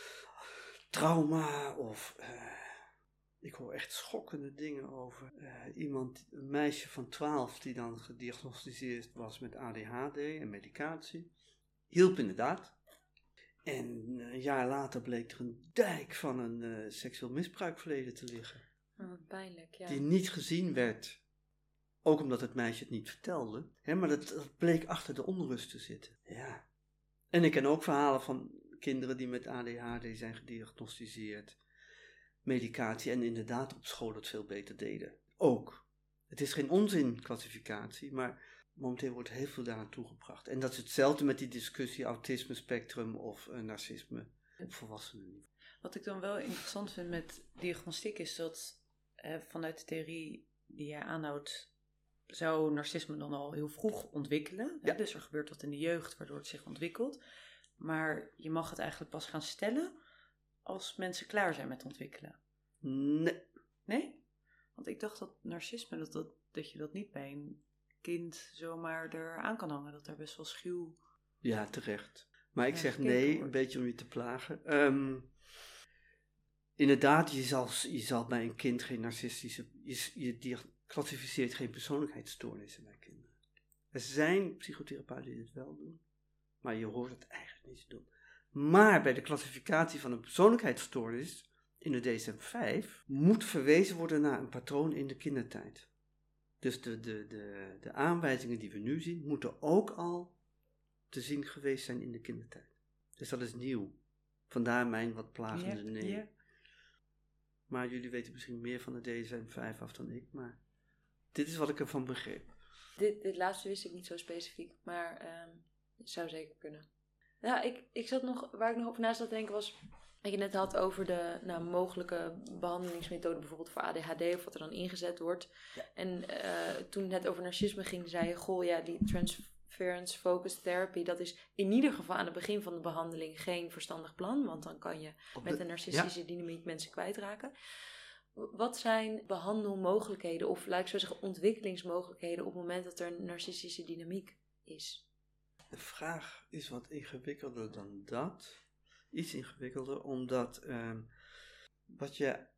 trauma of... Uh, ik hoor echt schokkende dingen over uh, iemand, een meisje van twaalf die dan gediagnosticeerd was met A D H D en medicatie. Hielp inderdaad. En een jaar later bleek er een dijk van een uh, seksueel misbruikverleden te liggen. Oh, wat pijnlijk, ja. Die niet gezien werd. Ook omdat het meisje het niet vertelde. Hè, maar dat, dat bleek achter de onrust te zitten. Ja. En ik ken ook verhalen van kinderen die met A D H D zijn gediagnosticeerd. Medicatie en inderdaad op school het veel beter deden. Ook. Het is geen onzinclassificatie, maar momenteel wordt heel veel daar naartoe gebracht. En dat is hetzelfde met die discussie autisme spectrum of uh, narcisme op volwassenen. Wat ik dan wel interessant vind met diagnostiek is dat eh, vanuit de theorie die jij aanhoudt, zou narcisme dan al heel vroeg ontwikkelen. Ja. Hè? Dus er gebeurt wat in de jeugd waardoor het zich ontwikkelt. Maar je mag het eigenlijk pas gaan stellen als mensen klaar zijn met ontwikkelen. Nee. Nee? Want ik dacht dat narcisme, dat, dat, dat je dat niet bij een kind zomaar eraan kan hangen. Dat er best wel schuw... Ja, terecht. Maar ik ja, zeg nee, wordt. Een beetje om je te plagen. Um, inderdaad, je zal, je zal bij een kind geen narcistische... Je, je, je klassificeert geen persoonlijkheidsstoornissen bij kinderen. Er zijn psychotherapeuten die dit wel doen. Maar je hoort het eigenlijk niet te doen. Maar bij de klassificatie van een persoonlijkheidsstoornis in de D S M vijf moet verwezen worden naar een patroon in de kindertijd. Dus de, de, de, de aanwijzingen die we nu zien, moeten ook al te zien geweest zijn in de kindertijd. Dus dat is nieuw. Vandaar mijn wat plagende Ja, nee. ja. Maar jullie weten misschien meer van de D S M vijf af dan ik, maar dit is wat ik ervan begreep. Dit, dit laatste wist ik niet zo specifiek, maar um, het zou zeker kunnen. Ja, ik, ik zat nog, waar ik nog over na zat te denken was, wat je net had over de nou, mogelijke behandelingsmethode, bijvoorbeeld voor A D H D, of wat er dan ingezet wordt. Ja. En uh, toen het net over narcisme ging, zei je, goh, ja, die transference focused therapy, dat is in ieder geval aan het begin van de behandeling geen verstandig plan, want dan kan je Op met de- een narcistische ja. dynamiek mensen kwijtraken. Wat zijn behandelmogelijkheden, of laat ik zo zeggen ontwikkelingsmogelijkheden op het moment dat er een narcistische dynamiek is? De vraag is wat ingewikkelder dan dat. Iets ingewikkelder, omdat ehm, wat je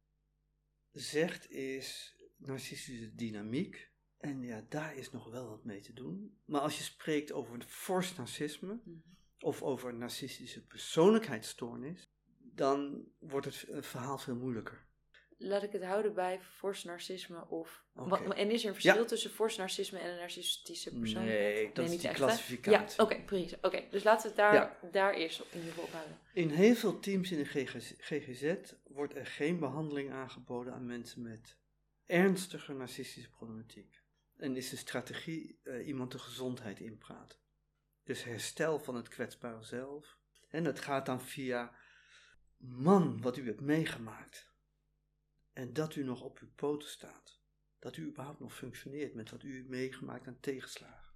zegt is narcistische dynamiek. En ja, daar is nog wel wat mee te doen. Maar als je spreekt over fors narcisme, Mm-hmm. of over narcistische persoonlijkheidsstoornis, dan wordt het v- verhaal veel moeilijker. Laat ik het houden bij fors narcisme of... Oké. Wat, en is er een verschil Ja. tussen fors narcisme en een narcistische persoonlijkheid? Nee, dat is niet die echt, hè? klassificatie. Ja, oké, precies. Oké, dus laten we het daar, Ja. daar eerst op in ieder geval op houden. In heel veel teams in de G G Z wordt er geen behandeling aangeboden aan mensen met ernstige narcistische problematiek. En is de strategie uh, iemand de gezondheid inpraten. Dus herstel van het kwetsbare zelf. En dat gaat dan via, man, wat u hebt meegemaakt. En dat u nog op uw poten staat. Dat u überhaupt nog functioneert met wat u heeft meegemaakt aan tegenslagen.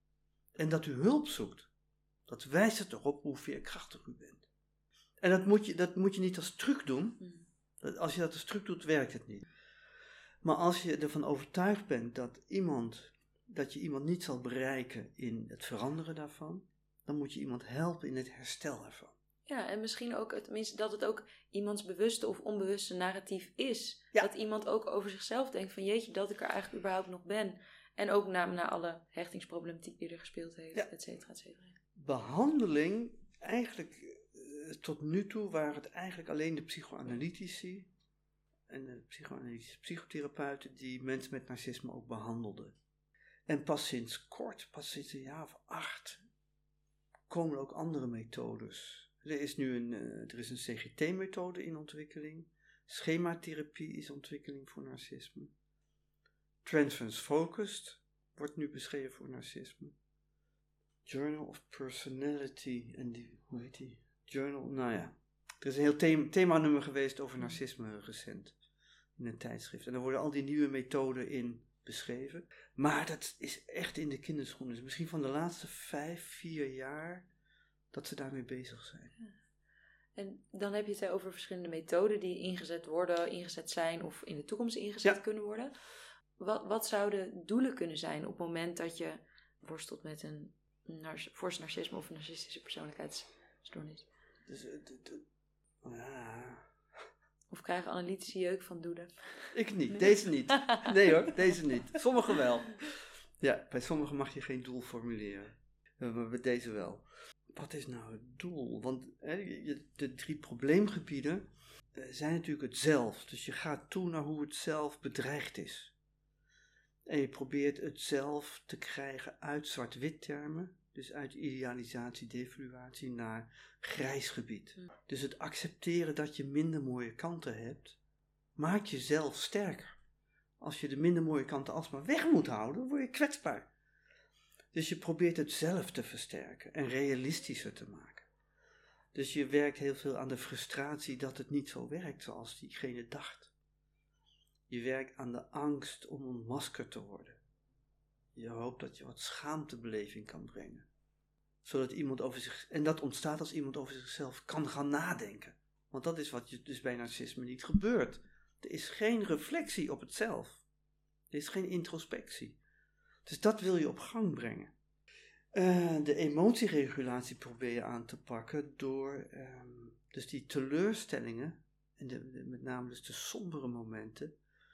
En dat u hulp zoekt. Dat wijst er toch op hoe veerkrachtig u bent. En dat moet je, dat moet je niet als truc doen. Mm. Dat, als je dat als truc doet, werkt het niet. Maar als je ervan overtuigd bent dat, iemand, dat je iemand niet zal bereiken in het veranderen daarvan, dan moet je iemand helpen in het herstel ervan. Ja, en misschien ook, tenminste, dat het ook iemands bewuste of onbewuste narratief is. Ja. Dat iemand ook over zichzelf denkt van jeetje, dat ik er eigenlijk überhaupt nog ben. En ook na, na alle hechtingsproblematiek die er gespeeld heeft, Ja. et cetera, et cetera. Behandeling, eigenlijk eh, tot nu toe waren het eigenlijk alleen de psychoanalytici en de psychoanalytische psychotherapeuten die mensen met narcisme ook behandelden. En pas sinds kort, pas sinds een jaar of acht, komen er ook andere methodes. Er is nu een, uh, er is een C G T-methode in ontwikkeling. Schematherapie is ontwikkeling voor narcisme. Transference Focused wordt nu beschreven voor narcisme. Journal of Personality, en die, hoe heet die? Journal, nou ja. Er is een heel thema, themanummer geweest over narcisme recent. In een tijdschrift. En daar worden al die nieuwe methoden in beschreven. Maar dat is echt in de kinderschoenen. Dus misschien van de laatste vijf, vier jaar dat ze daarmee bezig zijn. En dan heb je het over verschillende methoden die ingezet worden, ingezet zijn of in de toekomst ingezet Ja. kunnen worden. Wat, wat zouden doelen kunnen zijn op het moment dat je worstelt met een nar- fors narcisme of een narcistische persoonlijkheidsstoornis? Dus, uh, d- d- ja. Of krijgen analytici jeuk van doelen? Ik niet, Nee. deze niet. Nee hoor, deze niet. Sommigen wel. Ja, bij sommigen mag je geen doel formuleren. Maar bij deze wel. Wat is nou het doel? Want hè, je- de drie probleemgebieden eh, zijn natuurlijk het zelf. Dus je gaat toe naar hoe het zelf bedreigd is. En je probeert het zelf te krijgen uit zwart-wit termen. Dus uit idealisatie, devaluatie naar grijs gebied. Hm. Dus het accepteren dat je minder mooie kanten hebt, maakt jezelf sterker. Als je de minder mooie kanten alsmaar weg moet houden, word je kwetsbaar. Dus je probeert het zelf te versterken en realistischer te maken. Dus je werkt heel veel aan de frustratie dat het niet zo werkt zoals diegene dacht. Je werkt aan de angst om ontmaskerd te worden. Je hoopt dat je wat schaamtebeleving kan brengen. Zodat iemand over zich, en dat ontstaat als iemand over zichzelf kan gaan nadenken. Want dat is wat je dus bij narcisme niet gebeurt. Er is geen reflectie op het zelf. Er is geen introspectie. Dus dat wil je op gang brengen. Uh, de emotieregulatie probeer je aan te pakken door um, dus die teleurstellingen, en de, de, met name dus de sombere momenten,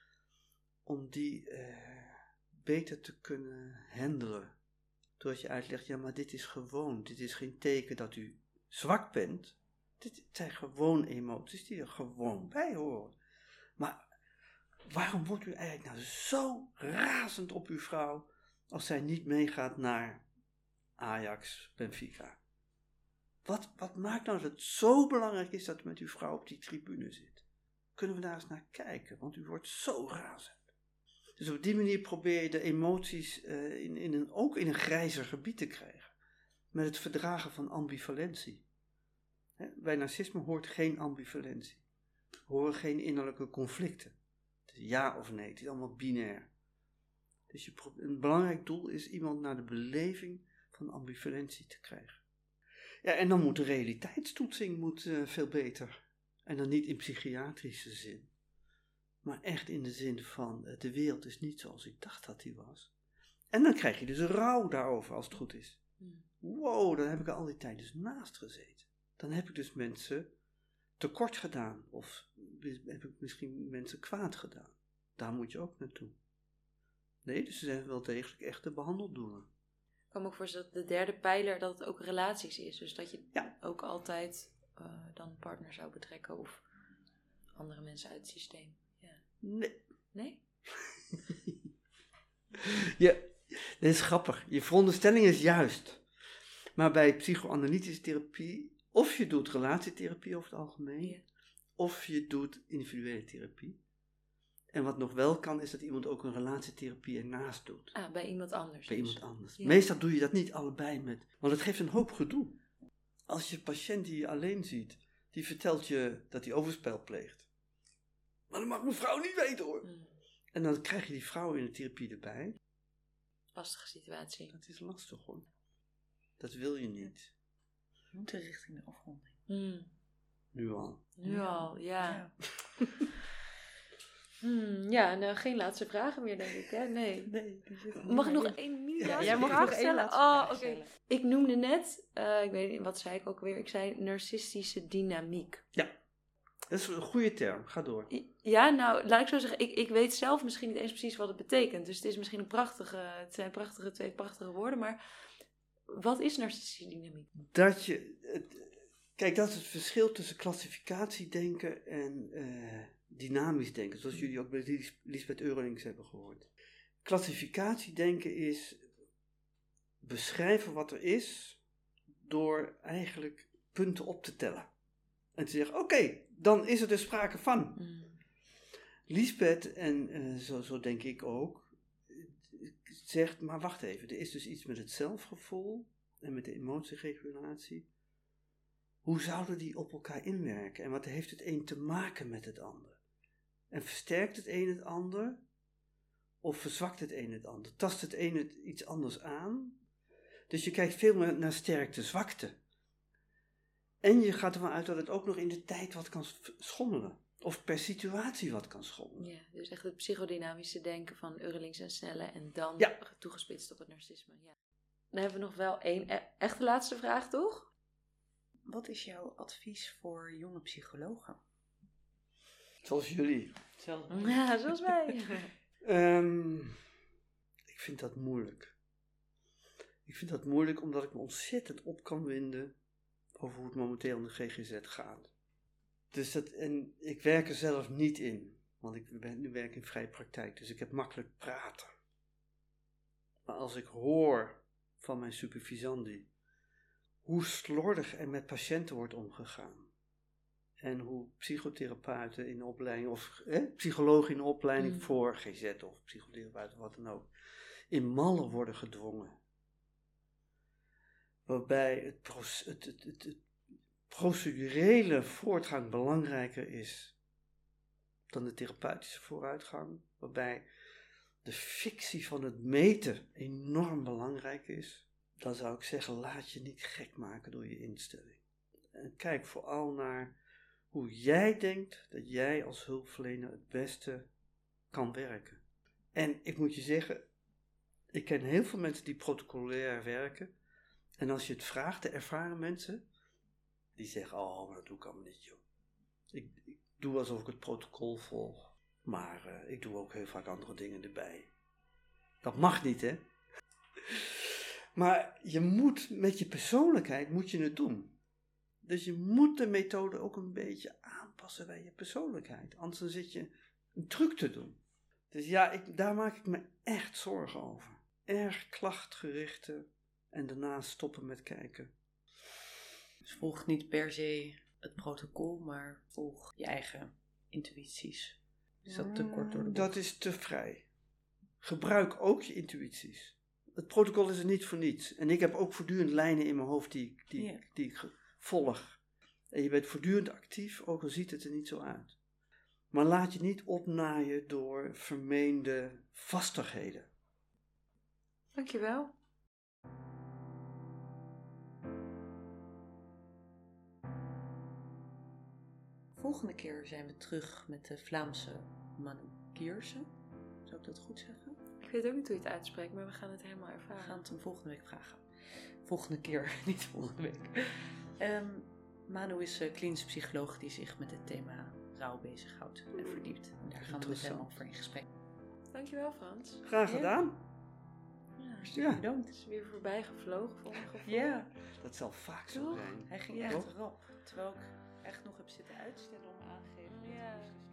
om die uh, beter te kunnen handelen. Doordat je uitlegt, ja maar dit is gewoon, dit is geen teken dat u zwak bent. Dit zijn gewoon emoties die er gewoon bij horen. Maar waarom wordt u eigenlijk nou zo razend op uw vrouw als zij niet meegaat naar Ajax, Benfica? Wat, wat maakt nou dat het zo belangrijk is dat u met uw vrouw op die tribune zit? Kunnen we daar eens naar kijken, want u wordt zo razend. Dus op die manier probeer je de emoties uh, in, in een, ook in een grijzer gebied te krijgen. Met het verdragen van ambivalentie. He, bij narcisme hoort geen ambivalentie. Er horen geen innerlijke conflicten. Het is ja of nee, het is allemaal binair. Dus je, een belangrijk doel is iemand naar de beleving van ambivalentie te krijgen. Ja, en dan moet de realiteitstoetsing moet, uh, veel beter. En dan niet in psychiatrische zin. Maar echt in de zin van, uh, de wereld is niet zoals ik dacht dat die was. En dan krijg je dus rouw daarover als het goed is. Wow, dan heb ik er al die tijd dus naast gezeten. Dan heb ik dus mensen tekort gedaan. Of heb ik misschien mensen kwaad gedaan. Daar moet je ook naartoe. Nee, dus ze zijn wel degelijk echte behandeldoelen. Ik kan me ook voorstellen dat de derde pijler dat het ook relaties is. Dus dat je ja. ook altijd uh, dan een partner zou betrekken of andere mensen uit het systeem. Ja. Nee. Nee? Ja, dit is grappig. Je veronderstelling is juist. Maar bij psychoanalytische therapie, of je doet relatietherapie over het algemeen, ja. of je doet individuele therapie. En wat nog wel kan, is dat iemand ook een relatietherapie ernaast doet. Ah, bij iemand anders. Bij dus. iemand anders. Ja. Meestal doe je dat niet allebei met, want het geeft een hoop gedoe. Als je patiënt die je alleen ziet, die vertelt je dat hij overspel pleegt. Maar dat mag mijn vrouw niet weten hoor. Mm. En dan krijg je die vrouw in de therapie erbij. Lastige situatie. Dat is lastig hoor. Dat wil je niet. We moeten richting de afronding. Mm. Nu al. Nu al, ja. Ja, hmm, ja nou, geen laatste vragen meer denk ik, hè? Nee. nee mag ik nog één mini-laatste ja, vraag stellen? Oh, oké. Okay. Ik noemde net, uh, ik weet niet, wat zei ik ook weer? Ik zei narcistische dynamiek. Ja. Dat is een goede term, ga door. Ja, nou, laat ik zo zeggen, ik, ik weet zelf misschien niet eens precies wat het betekent. Dus het is misschien een prachtige, het zijn prachtige, twee prachtige woorden, maar wat is narcistische dynamiek? Dat je, het, kijk, dat is het verschil tussen klassificatiedenken en uh, dynamisch denken, zoals jullie ook bij Lisbeth Eurlings hebben gehoord. Klassificatiedenken is beschrijven wat er is door eigenlijk punten op te tellen. En te zeggen, oké, okay, dan is er dus sprake van. Mm. Lisbeth, en uh, zo, zo denk ik ook, zegt, maar wacht even, er is dus iets met het zelfgevoel en met de emotieregulatie. Hoe zouden die op elkaar inwerken? En wat heeft het een te maken met het ander? En versterkt het een het ander? Of verzwakt het een het ander? Tast het een het iets anders aan? Dus je kijkt veel meer naar sterkte-zwakte. En je gaat ervan uit dat het ook nog in de tijd wat kan schommelen. Of per situatie wat kan schommelen. Ja, dus echt het psychodynamische denken van Eurlings en Snelle en dan ja. toegespitst op het narcisme. Ja. Dan hebben we nog wel één e- echte laatste vraag, toch? Wat is jouw advies voor jonge psychologen? Zoals jullie. Zoals wij. Ja, zoals wij. um, ik vind dat moeilijk. Ik vind dat moeilijk omdat ik me ontzettend op kan winden over hoe het momenteel in de G G Z gaat. Dus dat, en ik werk er zelf niet in, want ik ben, nu werk in vrije praktijk, dus ik heb makkelijk praten. Maar als ik hoor van mijn supervisandi hoe slordig er met patiënten wordt omgegaan, en hoe psychotherapeuten in opleiding, of eh, psychologen in opleiding mm. voor G Z of psychotherapeuten, wat dan ook, in mallen worden gedwongen. Waarbij het, proce- het, het, het, het procedurele voortgang belangrijker is dan de therapeutische vooruitgang. Waarbij de fictie van het meten enorm belangrijk is. Dan zou ik zeggen, laat je niet gek maken door je instelling. En kijk vooral naar hoe jij denkt dat jij als hulpverlener het beste kan werken. En ik moet je zeggen, ik ken heel veel mensen die protocolair werken. En als je het vraagt, de ervaren mensen, die zeggen, oh, maar dat doe ik allemaal niet, joh. Ik, ik doe alsof ik het protocol volg, maar uh, ik doe ook heel vaak andere dingen erbij. Dat mag niet, hè? Maar je moet, met je persoonlijkheid moet je het doen. Dus je moet de methode ook een beetje aanpassen bij je persoonlijkheid. Anders dan zit je een truc te doen. Dus ja, ik, daar maak ik me echt zorgen over. Erg klachtgerichte en daarna stoppen met kijken. Dus volg niet per se het protocol, maar volg je eigen intuïties. Is dat te kort door de bocht? Dat is te vrij. Gebruik ook je intuïties. Het protocol is er niet voor niets. En ik heb ook voortdurend lijnen in mijn hoofd die, ik- die, Ja. die ik volg. En je bent voortdurend actief, ook al ziet het er niet zo uit. Maar laat je niet opnaaien door vermeende vastigheden. Dankjewel. Volgende keer zijn we terug met de Vlaamse Manu Kiersen. Zou ik dat goed zeggen? Ik weet ook niet hoe je het uitspreekt, maar we gaan het helemaal We ervaren. gaan het hem volgende week vragen. Volgende keer, niet volgende week. Ehm, Manu is uh, klinisch psycholoog die zich met het thema rouw bezighoudt en verdiept. En daar gaan we met hem over in gesprek. Dankjewel, Frans. Graag Ja. gedaan. Ja, Hartstikke Ja. bedankt. het is weer voorbij gevlogen voor mijn gevoel. Ja, Dat zal vaak zo Toch? zijn. hij ging Ja. echt rap. Terwijl ik echt nog heb zitten uitstellen om aan te geven. Ja.